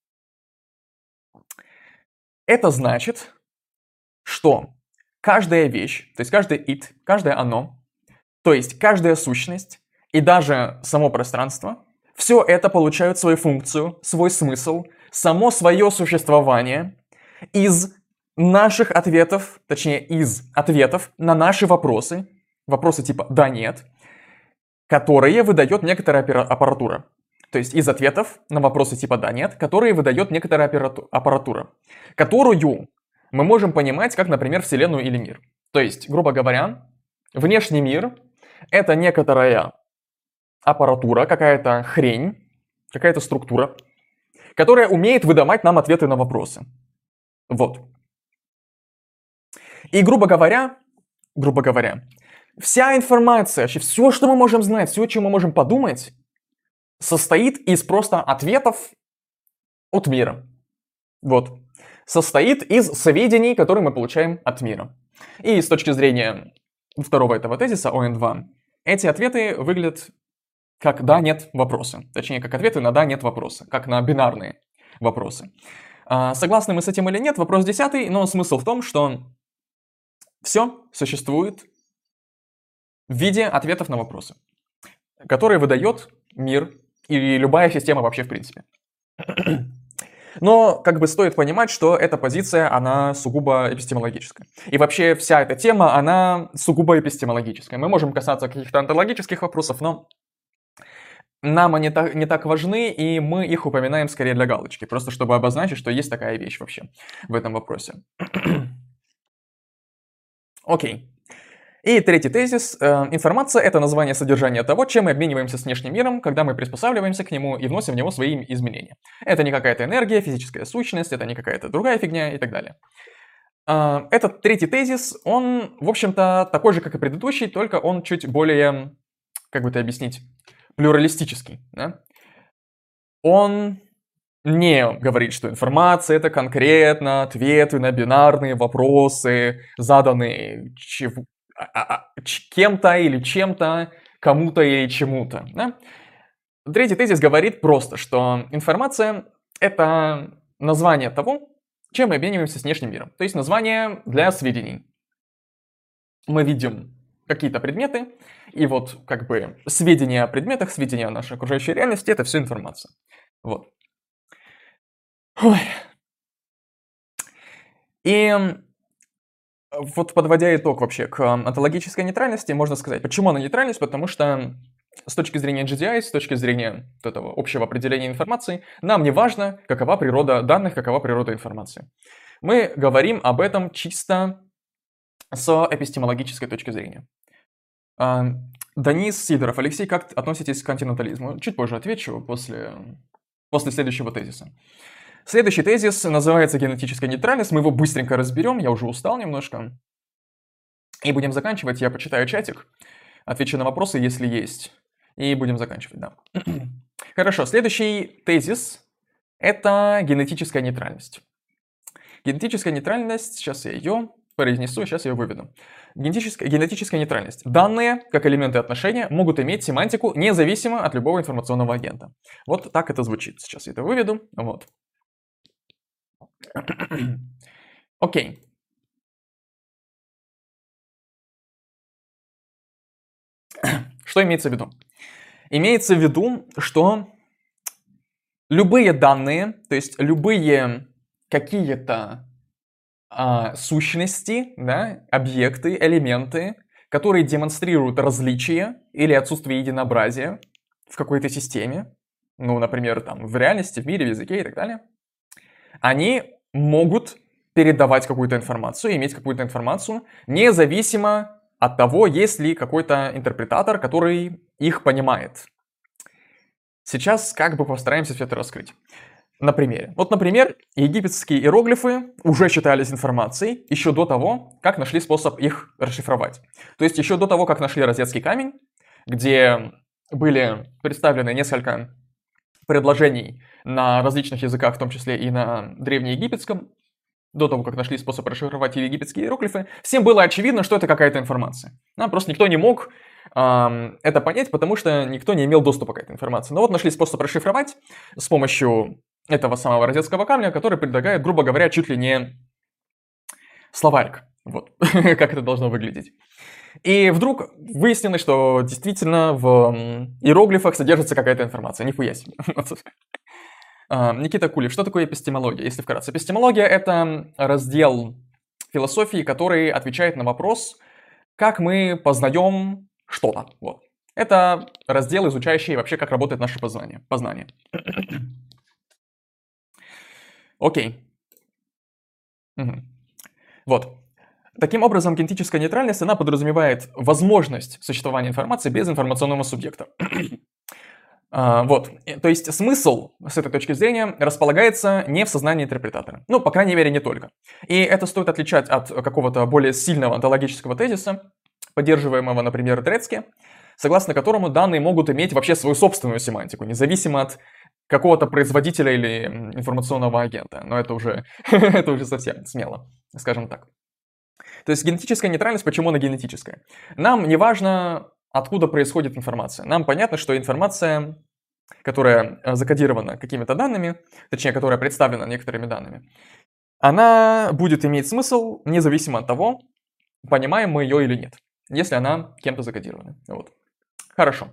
Это значит, что каждая вещь, то есть каждое it, каждое оно, то есть каждая сущность и даже само пространство, все это получают свою функцию, свой смысл, само свое существование из наших ответов, точнее из ответов на наши вопросы, вопросы типа «да-нет», которые выдает некоторая аппаратура. То есть из ответов на вопросы типа «да-нет», которые выдает некоторая аппаратура, которую мы можем понимать как, например, Вселенную или мир. То есть, грубо говоря, внешний мир — это некоторая аппаратура, какая-то хрень, какая-то структура, которая умеет выдавать нам ответы на вопросы. Вот. И, грубо говоря, грубо говоря, вся информация, вообще все, что мы можем знать, все, о чем мы можем подумать, состоит из просто ответов от мира. Вот. Состоит из сведений, которые мы получаем от мира. И с точки зрения второго этого тезиса, о эн два, эти ответы выглядят как «да-нет» вопросы. Точнее, как ответы на «да-нет» вопросы, как на бинарные вопросы. Согласны мы с этим или нет, вопрос десятый, но смысл в том, что все существует в виде ответов на вопросы, которые выдает мир или любая система вообще в принципе. Но как бы стоит понимать, что эта позиция, она сугубо эпистемологическая. И вообще вся эта тема, она сугубо эпистемологическая. Мы можем касаться каких-то онтологических вопросов, но нам они так, не так важны, и мы их упоминаем скорее для галочки, просто чтобы обозначить, что есть такая вещь вообще в этом вопросе. Окей. И третий тезис. Информация — это название содержания того, чем мы обмениваемся с внешним миром, когда мы приспосабливаемся к нему и вносим в него свои изменения. Это не какая-то энергия, физическая сущность, это не какая-то другая фигня и так далее. Этот третий тезис, он, в общем-то, такой же, как и предыдущий, только он чуть более, как бы это объяснить, плюралистический. Да? Он не говорит, что информация — это конкретно ответы на бинарные вопросы, заданные чего кем-то или чем-то, кому-то или чему-то. Да? Третий тезис говорит просто, что информация — это название того, чем мы обмениваемся с внешним миром. То есть название для сведений. Мы видим какие-то предметы, и вот как бы сведения о предметах, сведения о нашей окружающей реальности — это все информация. Вот. Ой. И вот подводя итог вообще к онтологической нейтральности, можно сказать, почему она нейтральность, потому что с точки зрения джи ди ай, с точки зрения вот этого общего определения информации, нам не важно, какова природа данных, какова природа информации. Мы говорим об этом чисто с эпистемологической точки зрения. Денис Сидоров. Алексей, как относитесь к континентализму? Чуть позже отвечу, после, после следующего тезиса. Следующий тезис называется генетическая нейтральность. Мы его быстренько разберем, я уже устал немножко. И будем заканчивать. Я почитаю чатик, отвечу на вопросы, если есть. И будем заканчивать, да. Хорошо, следующий тезис – это генетическая нейтральность. Генетическая нейтральность, сейчас я ее произнесу, сейчас я ее выведу. Генетическая, генетическая нейтральность. Данные, как элементы отношения, могут иметь семантику независимо от любого информационного агента. Вот так это звучит. Сейчас я это выведу. Вот. Окей. Что имеется в виду? Имеется в виду, что любые данные, то есть любые какие-то а, сущности, да, объекты, элементы, которые демонстрируют различия или отсутствие единообразия в какой-то системе, ну, например, там, в реальности, в мире, в языке и так далее, они могут передавать какую-то информацию, иметь какую-то информацию, независимо от того, есть ли какой-то интерпретатор, который их понимает. Сейчас как бы постараемся все это раскрыть. На примере. Вот, например, египетские иероглифы уже считались информацией еще до того, как нашли способ их расшифровать. То есть еще до того, как нашли розетский камень, где были представлены несколько предложений на различных языках, в том числе и на древнеегипетском, до того, как нашли способ расшифровать египетские иероглифы, всем было очевидно, что это какая-то информация. Да, просто никто не мог эм, это понять, потому что никто не имел доступа к этой информации. Но вот нашли способ расшифровать с помощью этого самого розетского камня, который предлагает, грубо говоря, чуть ли не словарик. Вот, как это должно выглядеть. И вдруг выяснилось, что действительно в иероглифах содержится какая-то информация. Нихуя себе. Никита Кулев, что такое эпистемология, если вкратце? Эпистемология – это раздел философии, который отвечает на вопрос, как мы познаем что-то. Вот. Это раздел, изучающий вообще, как работает наше познание. познание. Окей. Угу. Вот. Таким образом, генетическая нейтральность, она подразумевает возможность существования информации без информационного субъекта. А, вот, то есть смысл с этой точки зрения располагается не в сознании интерпретатора. Ну, по крайней мере, не только. И это стоит отличать от какого-то более сильного онтологического тезиса, поддерживаемого, например, Трецки, согласно которому данные могут иметь вообще свою собственную семантику, независимо от какого-то производителя или информационного агента. Но это уже, это уже совсем смело, скажем так. То есть генетическая нейтральность, почему она генетическая? Нам не важно, откуда происходит информация. Нам понятно, что информация, которая закодирована какими-то данными, точнее, которая представлена некоторыми данными, она будет иметь смысл независимо от того, понимаем мы ее или нет, если она кем-то закодирована. Вот. Хорошо.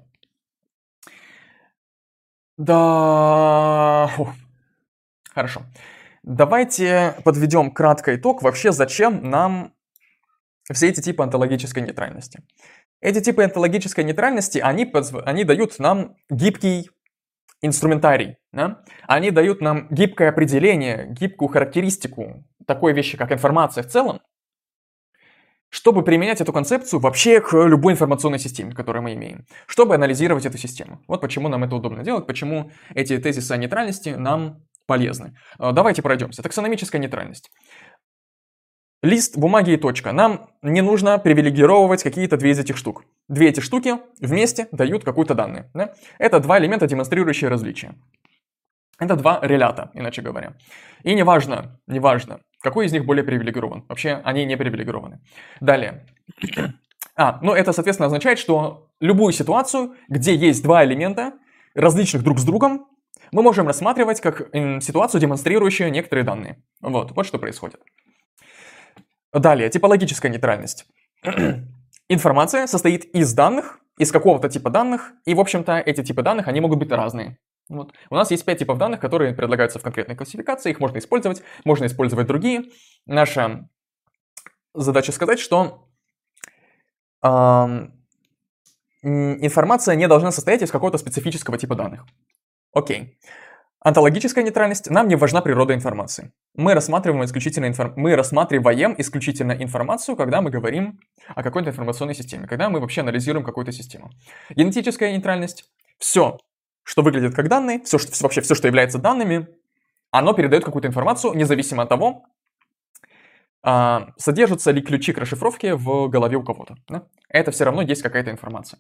Да... Фух. Хорошо. Давайте подведем краткий итог. Вообще, зачем нам все эти типы онтологической нейтральности? Эти типы онтологической нейтральности, они, они дают нам гибкий инструментарий. Да? Они дают нам гибкое определение, гибкую характеристику такой вещи, как информация в целом, чтобы применять эту концепцию вообще к любой информационной системе, которую мы имеем, чтобы анализировать эту систему. Вот почему нам это удобно делать, почему эти тезисы о нейтральности нам полезны. Давайте пройдемся. Таксономическая нейтральность. Лист бумаги и точка. Нам не нужно привилегировать какие-то две из этих штук. Две эти штуки вместе дают какую-то данные. Да? Это два элемента, демонстрирующие различия. Это два релята, иначе говоря. И неважно, неважно, какой из них более привилегирован. Вообще, они не привилегированы. Далее. А, ну это, соответственно, означает, что любую ситуацию, где есть два элемента, различных друг с другом, мы можем рассматривать как ситуацию, демонстрирующую некоторые данные. Вот, вот что происходит. Далее, типологическая нейтральность. Информация состоит из данных, из какого-то типа данных, и, в общем-то, эти типы данных, они могут быть разные. Вот. У нас есть пять типов данных, которые предлагаются в конкретной классификации, их можно использовать, можно использовать другие. Наша задача сказать, что э, информация не должна состоять из какого-то специфического типа данных. Окей. Онтологическая нейтральность. Нам не важна природа информации. Мы рассматриваем исключительно, информ... мы рассматриваем исключительно информацию, когда мы говорим о какой-то информационной системе, когда мы вообще анализируем какую-то систему. Генетическая нейтральность. Все, что выглядит как данные, все, что, вообще все, что является данными, оно передает какую-то информацию, независимо от того, а, содержатся ли ключи к расшифровке в голове у кого-то. Да? Это все равно есть какая-то информация.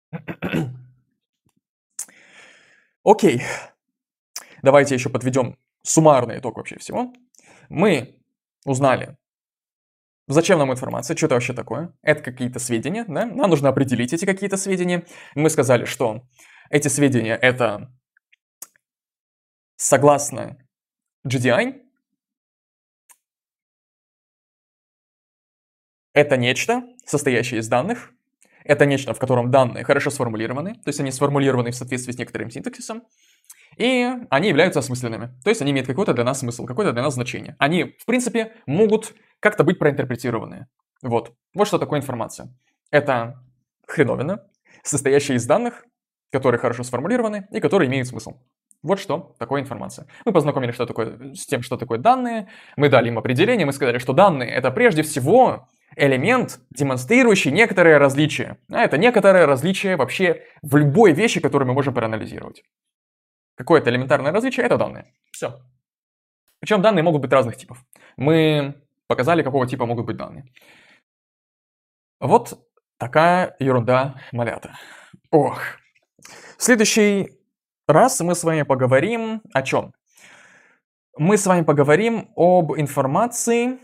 Окей. Давайте еще подведем суммарный итог вообще всего. Мы узнали, зачем нам информация, что это вообще такое. Это какие-то сведения, да? Нам нужно определить эти какие-то сведения. Мы сказали, что эти сведения это согласно джи ди ай. Это нечто, состоящее из данных. Это нечто, в котором данные хорошо сформулированы, то есть они сформулированы в соответствии с некоторым синтаксисом, и они являются осмысленными, то есть они имеют какой-то для нас смысл, какое-то для нас значение. Они, в принципе, могут как-то быть проинтерпретированы. Вот. Вот что такое информация. Это хреновина, состоящая из данных, которые хорошо сформулированы и которые имеют смысл. Вот что такое информация. Мы познакомились что такое, с тем, что такое данные, мы дали им определение, мы сказали, что данные это прежде всего элемент, демонстрирующий некоторые различия. А это некоторое различие вообще в любой вещи, которую мы можем проанализировать. Какое-то элементарное различие – это данные. Все. Причем данные могут быть разных типов. Мы показали, какого типа могут быть данные. Вот такая ерунда малята. Ох. В следующий раз мы с вами поговорим о чем? Мы с вами поговорим об информации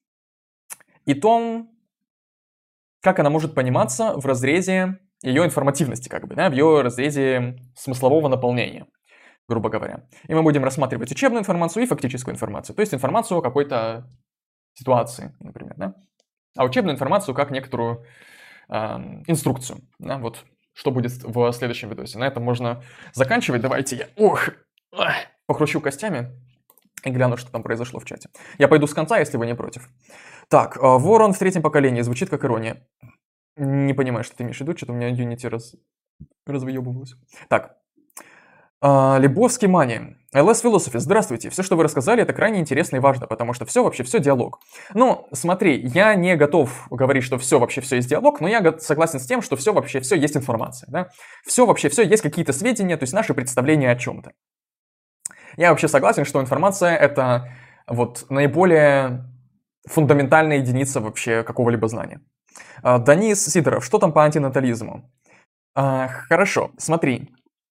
и том, как она может пониматься в разрезе ее информативности, как бы, да, в ее разрезе смыслового наполнения, грубо говоря. И мы будем рассматривать учебную информацию и фактическую информацию, то есть информацию о какой-то ситуации, например, да, а учебную информацию как некоторую э, инструкцию, да, вот что будет в следующем видосе. На этом можно заканчивать. Давайте я, ох, похрущу костями и гляну, что там произошло в чате. Я пойду с конца, если вы не против. Так, ворон в третьем поколении звучит как ирония. Не понимаю, что ты имеешь в виду, что-то у меня Unity раз... развыебывалось. Так, Лебовский Мани. эл эс Philosophy, здравствуйте. Все, что вы рассказали, это крайне интересно и важно, потому что все вообще, все диалог. Ну, смотри, я не готов говорить, что все вообще, все есть диалог, но я согласен с тем, что все вообще, все есть информация. Да? Все вообще, все есть какие-то сведения, то есть наши представления о чем-то. Я вообще согласен, что информация это вот наиболее фундаментальная единица вообще какого-либо знания. Данис Сидоров, что там по антинатализму? А, хорошо, смотри.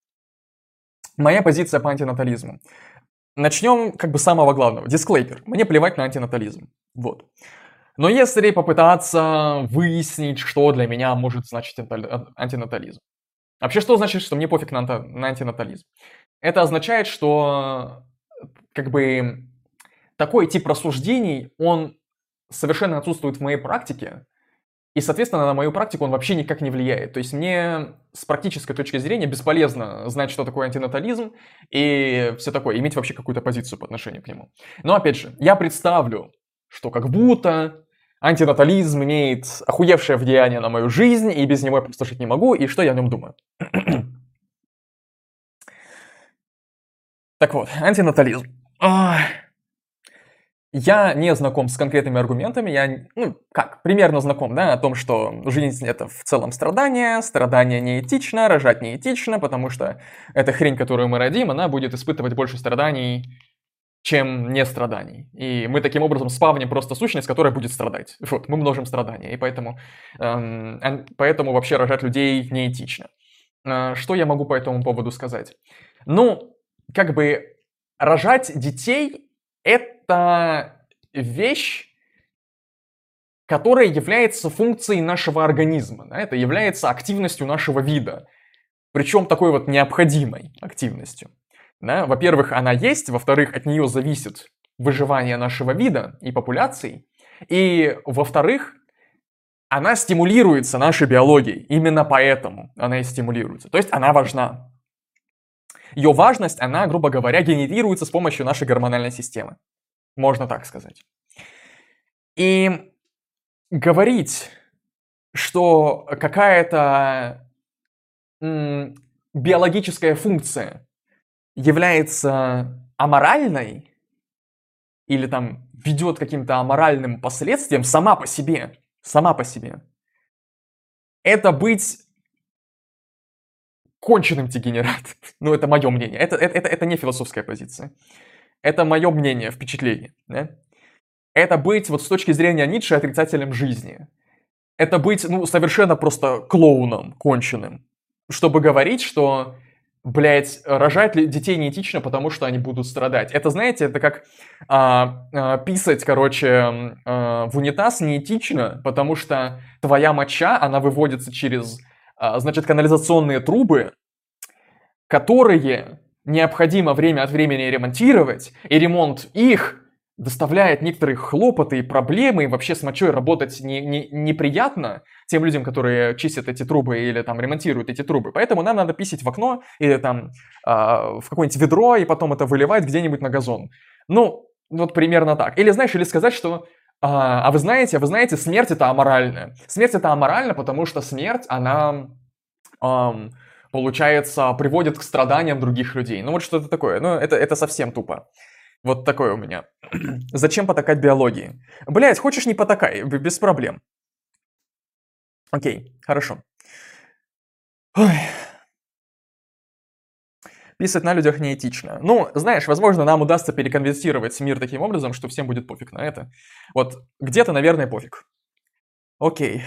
Моя позиция по антинатализму. Начнем как бы с самого главного. Дисклеймер. Мне плевать на антинатализм. Вот. Но если попытаться выяснить, что для меня может значить антинатализм. Вообще, что значит, что мне пофиг на, на антинатализм? Это означает, что как бы такой тип рассуждений, он совершенно отсутствует в моей практике, и, соответственно, на мою практику он вообще никак не влияет. То есть мне с практической точки зрения бесполезно знать, что такое антинатализм и все такое, иметь вообще какую-то позицию по отношению к нему. Но, опять же, я представлю, что как будто антинатализм имеет охуевшее влияние на мою жизнь, и без него я просто жить не могу, и что я о нем думаю. Так вот, антинатализм. Я не знаком с конкретными аргументами, я, ну, как, примерно знаком, да, о том, что жизнь — это в целом страдание, страдание неэтично, рожать неэтично, потому что эта хрень, которую мы родим, она будет испытывать больше страданий, чем не страданий. И мы таким образом спавним просто сущность, которая будет страдать. Вот, мы множим страдания, и поэтому, эм, поэтому вообще рожать людей неэтично. Э, что я могу по этому поводу сказать? Ну, как бы рожать детей — это вещь, которая является функцией нашего организма. Да? Это является активностью нашего вида. Причем такой вот необходимой активностью. Да? Во-первых, она есть. Во-вторых, от нее зависит выживание нашего вида и популяций. И, во-вторых, она стимулируется нашей биологией. Именно поэтому она и стимулируется. То есть она важна. Ее важность, она, грубо говоря, генерируется с помощью нашей гормональной системы. Можно так сказать. И говорить, что какая-то м, биологическая функция является аморальной или там ведет к каким-то аморальным последствиям сама по себе, сама по себе, это быть конченым дегенератом. Ну, это мое мнение. Это, это, это, это не философская позиция. Это мое мнение, впечатление. Да? Это быть, вот с точки зрения Ницше, отрицателем жизни. Это быть, ну, совершенно просто клоуном, конченым. Чтобы говорить, что, блядь, рожать ли детей неэтично, потому что они будут страдать. Это, знаете, это как а, а, писать, короче, а, в унитаз неэтично, потому что твоя моча, она выводится через, а, значит, канализационные трубы, которые необходимо время от времени ремонтировать, и ремонт их доставляет некоторые хлопоты и проблемы, и вообще с мочой работать не, не, неприятно тем людям, которые чистят эти трубы или там ремонтируют эти трубы. Поэтому нам надо писать в окно или там э, в какое-нибудь ведро и потом это выливать где-нибудь на газон. Ну, вот примерно так. Или, знаешь, или сказать, что а, а вы знаете, а вы знаете, смерть это аморально. Смерть это аморально, потому что смерть, она... Эм, получается, приводит к страданиям других людей. Ну вот что-то такое. Ну это, это совсем тупо. Вот такое у меня. Зачем потакать биологии? Блять, хочешь не потакай, без проблем. Окей, хорошо. Ой. Писать на людях неэтично. Ну, знаешь, возможно, нам удастся переконвертировать мир таким образом, что всем будет пофиг на это. Вот где-то, наверное, пофиг. Окей.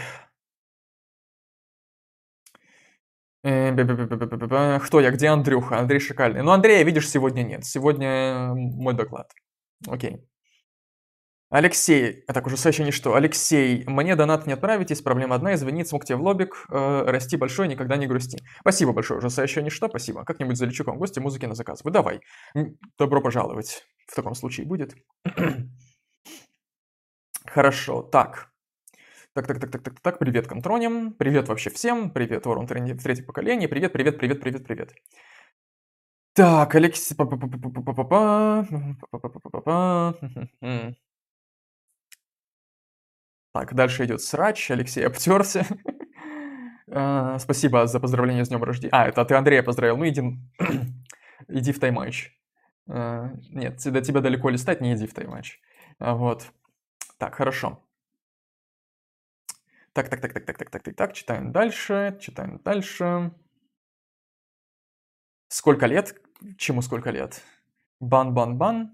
Кто я? Где Андрюха? Андрей Шикальный. Ну, Андрея, видишь, сегодня нет. Сегодня мой доклад. Окей. Алексей, а так, ужасающе ничто. Алексей, мне донат не отправить, есть проблема одна, извини, смог тебе в лобик, э, расти большой, никогда не грусти. Спасибо большое, ужасающе ничто, спасибо. Как-нибудь залечу к вам в гости, музыки на заказ. Вы давай. Добро пожаловать. В таком случае будет. Хорошо, так. Так, так, так, так, так, так, привет, Контроним. Привет вообще всем. Привет, Ворон в третьем поколении. Привет, привет, привет, привет, привет. Так, Алексей... Так, дальше идет срач, Алексей обтерся. А, спасибо за поздравление с днем рождения. А, это ты Андрея поздравил. Ну иди, иди в тайм-матч. А, нет, до тебя далеко листать, не иди в тайм-матч. А, вот. Так, хорошо. Так, так, так, так, так, так, так, так, так, читаем дальше, читаем дальше. Сколько лет? Чему сколько лет? Бан-бан-бан.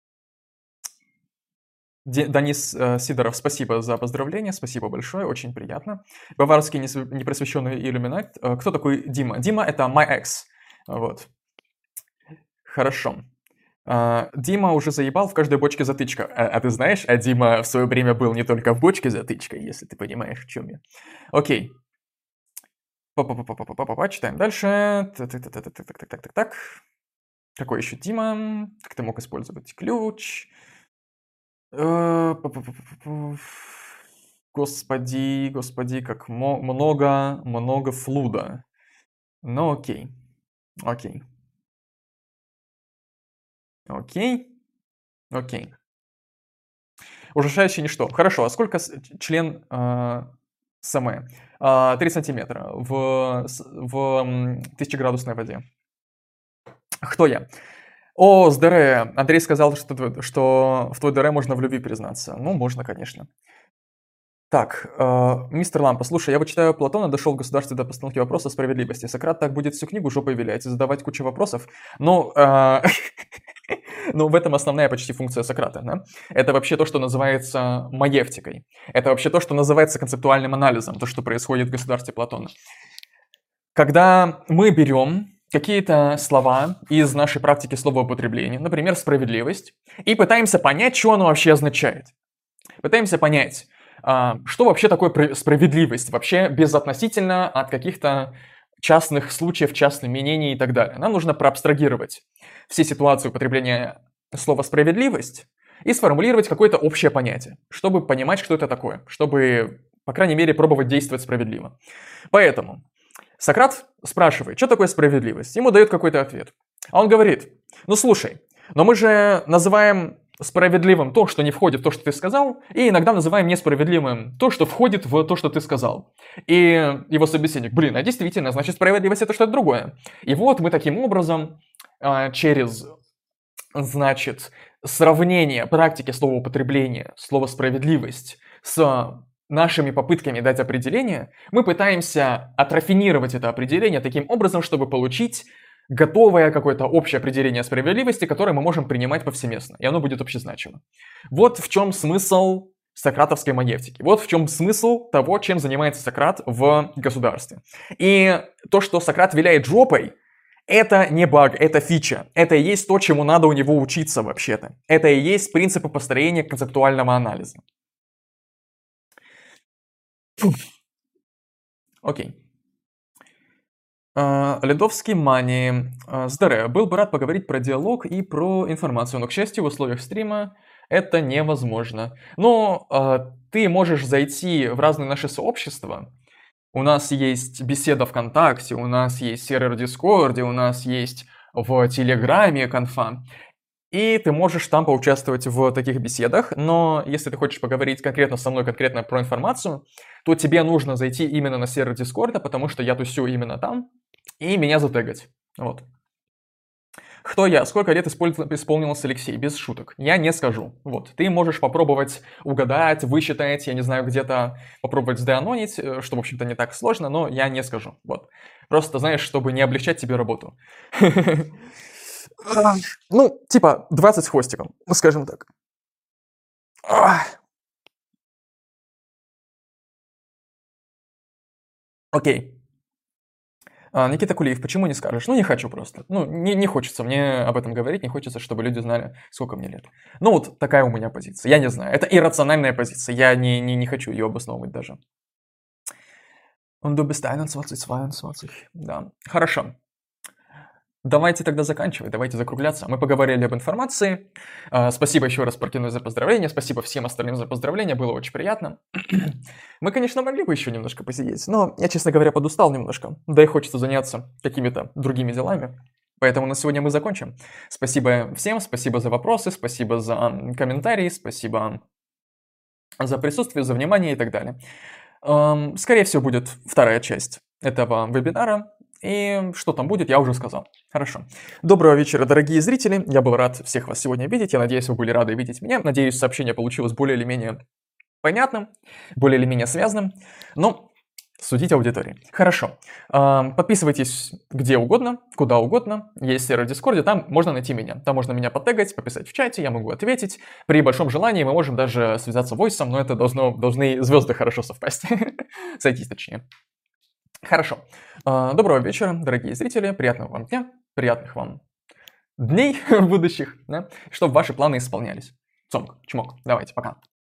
Данис э, Сидоров, спасибо за поздравление, спасибо большое, очень приятно. Баварский непросвещенный иллюминат. Э, кто такой Дима? Дима — это my ex. Вот. Хорошо. Э, Дима уже заебал в каждой бочке затычка. А, а ты знаешь, а Дима в свое время был не только в бочке затычкой, если ты понимаешь, в чем я. Окей. Па-па-па-па-па-па-па, читаем дальше. Так-так-так-так-так-так-так-так. Какой еще Дима? Как ты мог использовать ключ? Господи, господи, как много, много флуда. Ну окей, окей. Окей, окей. Ужасающе ничто. Хорошо, а сколько член э, Саме? Э, три сантиметра в, в тысячеградусной воде. Кто я? О, с ДР. Андрей сказал, что, что в твой ДР можно в любви признаться. Ну, можно, конечно. Так, э, мистер Лампа, слушай, я вот читаю Платона, дошел в государстве до постановки вопроса справедливости. Сократ так будет всю книгу жопой вилять и задавать кучу вопросов. Но, э, ну, в этом основная почти функция Сократа. Да? Это вообще то, что называется маевтикой. Это вообще то, что называется концептуальным анализом, то, что происходит в государстве Платона. Когда мы берем какие-то слова из нашей практики словоупотребления, например, справедливость, и пытаемся понять, что оно вообще означает. Пытаемся понять, что вообще такое справедливость, вообще безотносительно от каких-то частных случаев, частных мнений и так далее. Нам нужно проабстрагировать все ситуации употребления слова «справедливость» и сформулировать какое-то общее понятие, чтобы понимать, что это такое, чтобы, по крайней мере, пробовать действовать справедливо. Поэтому Сократ спрашивает, что такое справедливость? Ему дают какой-то ответ. А он говорит, ну слушай, но мы же называем справедливым то, что не входит в то, что ты сказал, и иногда называем несправедливым то, что входит в то, что ты сказал. И его собеседник, блин, а действительно, значит, справедливость это что-то другое. И вот мы таким образом через, значит, сравнение практики словоупотребления, слова справедливость с нашими попытками дать определение, мы пытаемся отрафинировать это определение таким образом, чтобы получить готовое какое-то общее определение справедливости, которое мы можем принимать повсеместно, и оно будет общезначимо. Вот в чем смысл сократовской маевтики. Вот в чем смысл того, чем занимается Сократ в государстве. И то, что Сократ виляет жопой, это не баг, это фича. Это и есть то, чему надо у него учиться вообще-то. Это и есть принципы построения концептуального анализа. Окей. Uh, Ледовский Мани. Uh, Здорово. Был бы рад поговорить про диалог и про информацию, но, к счастью, в условиях стрима это невозможно. Но uh, ты можешь зайти в разные наши сообщества. У нас есть беседа ВКонтакте, у нас есть сервер в Дискорде, у нас есть в Телеграме конфа. И ты можешь там поучаствовать в таких беседах, но если ты хочешь поговорить конкретно со мной, конкретно про информацию, то тебе нужно зайти именно на сервер Дискорда, потому что я тусю именно там, и меня затегать. Вот. Кто я? Сколько лет исполнилось Алексей? Без шуток. Я не скажу. Вот. Ты можешь попробовать угадать, высчитать, я не знаю, где-то попробовать сдеанонить, что, в общем-то, не так сложно, но я не скажу. Вот. Просто, знаешь, чтобы не облегчать тебе работу. Ну, типа двадцать с хвостиком, скажем так. Окей. А, Никита Кулиев, почему не скажешь? Ну, не хочу просто. Ну, не, не хочется мне об этом говорить, не хочется, чтобы люди знали, сколько мне лет. Ну, вот такая у меня позиция. Я не знаю. Это иррациональная позиция. Я не, не, не хочу ее обосновывать даже. Он du bist einundzwanzig, zweiundzwanzig. Да. Хорошо. Давайте тогда заканчивать, давайте закругляться. Мы поговорили об информации. Спасибо еще раз Паркину за поздравления, спасибо всем остальным за поздравления, было очень приятно. Мы, конечно, могли бы еще немножко посидеть, но я, честно говоря, подустал немножко. Да и хочется заняться какими-то другими делами. Поэтому на сегодня мы закончим. Спасибо всем, спасибо за вопросы, спасибо за комментарии, спасибо за присутствие, за внимание и так далее. Скорее всего, будет вторая часть этого вебинара. И что там будет, я уже сказал. Хорошо. Доброго вечера, дорогие зрители. Я был рад всех вас сегодня видеть. Я надеюсь, вы были рады видеть меня. Надеюсь, сообщение получилось более или менее понятным, более или менее связанным. Но судить аудитории. Хорошо. Подписывайтесь где угодно, куда угодно. Есть сервер в Дискорде, там можно найти меня. Там можно меня подтегать, пописать в чате, я могу ответить. При большом желании мы можем даже связаться войсом, но это должно, должны звезды хорошо совпасть. Сойтись точнее. Хорошо. Доброго вечера, дорогие зрители. Приятного вам дня, приятных вам дней будущих, да? Чтобы ваши планы исполнялись. Цонг, чмок. Давайте, пока.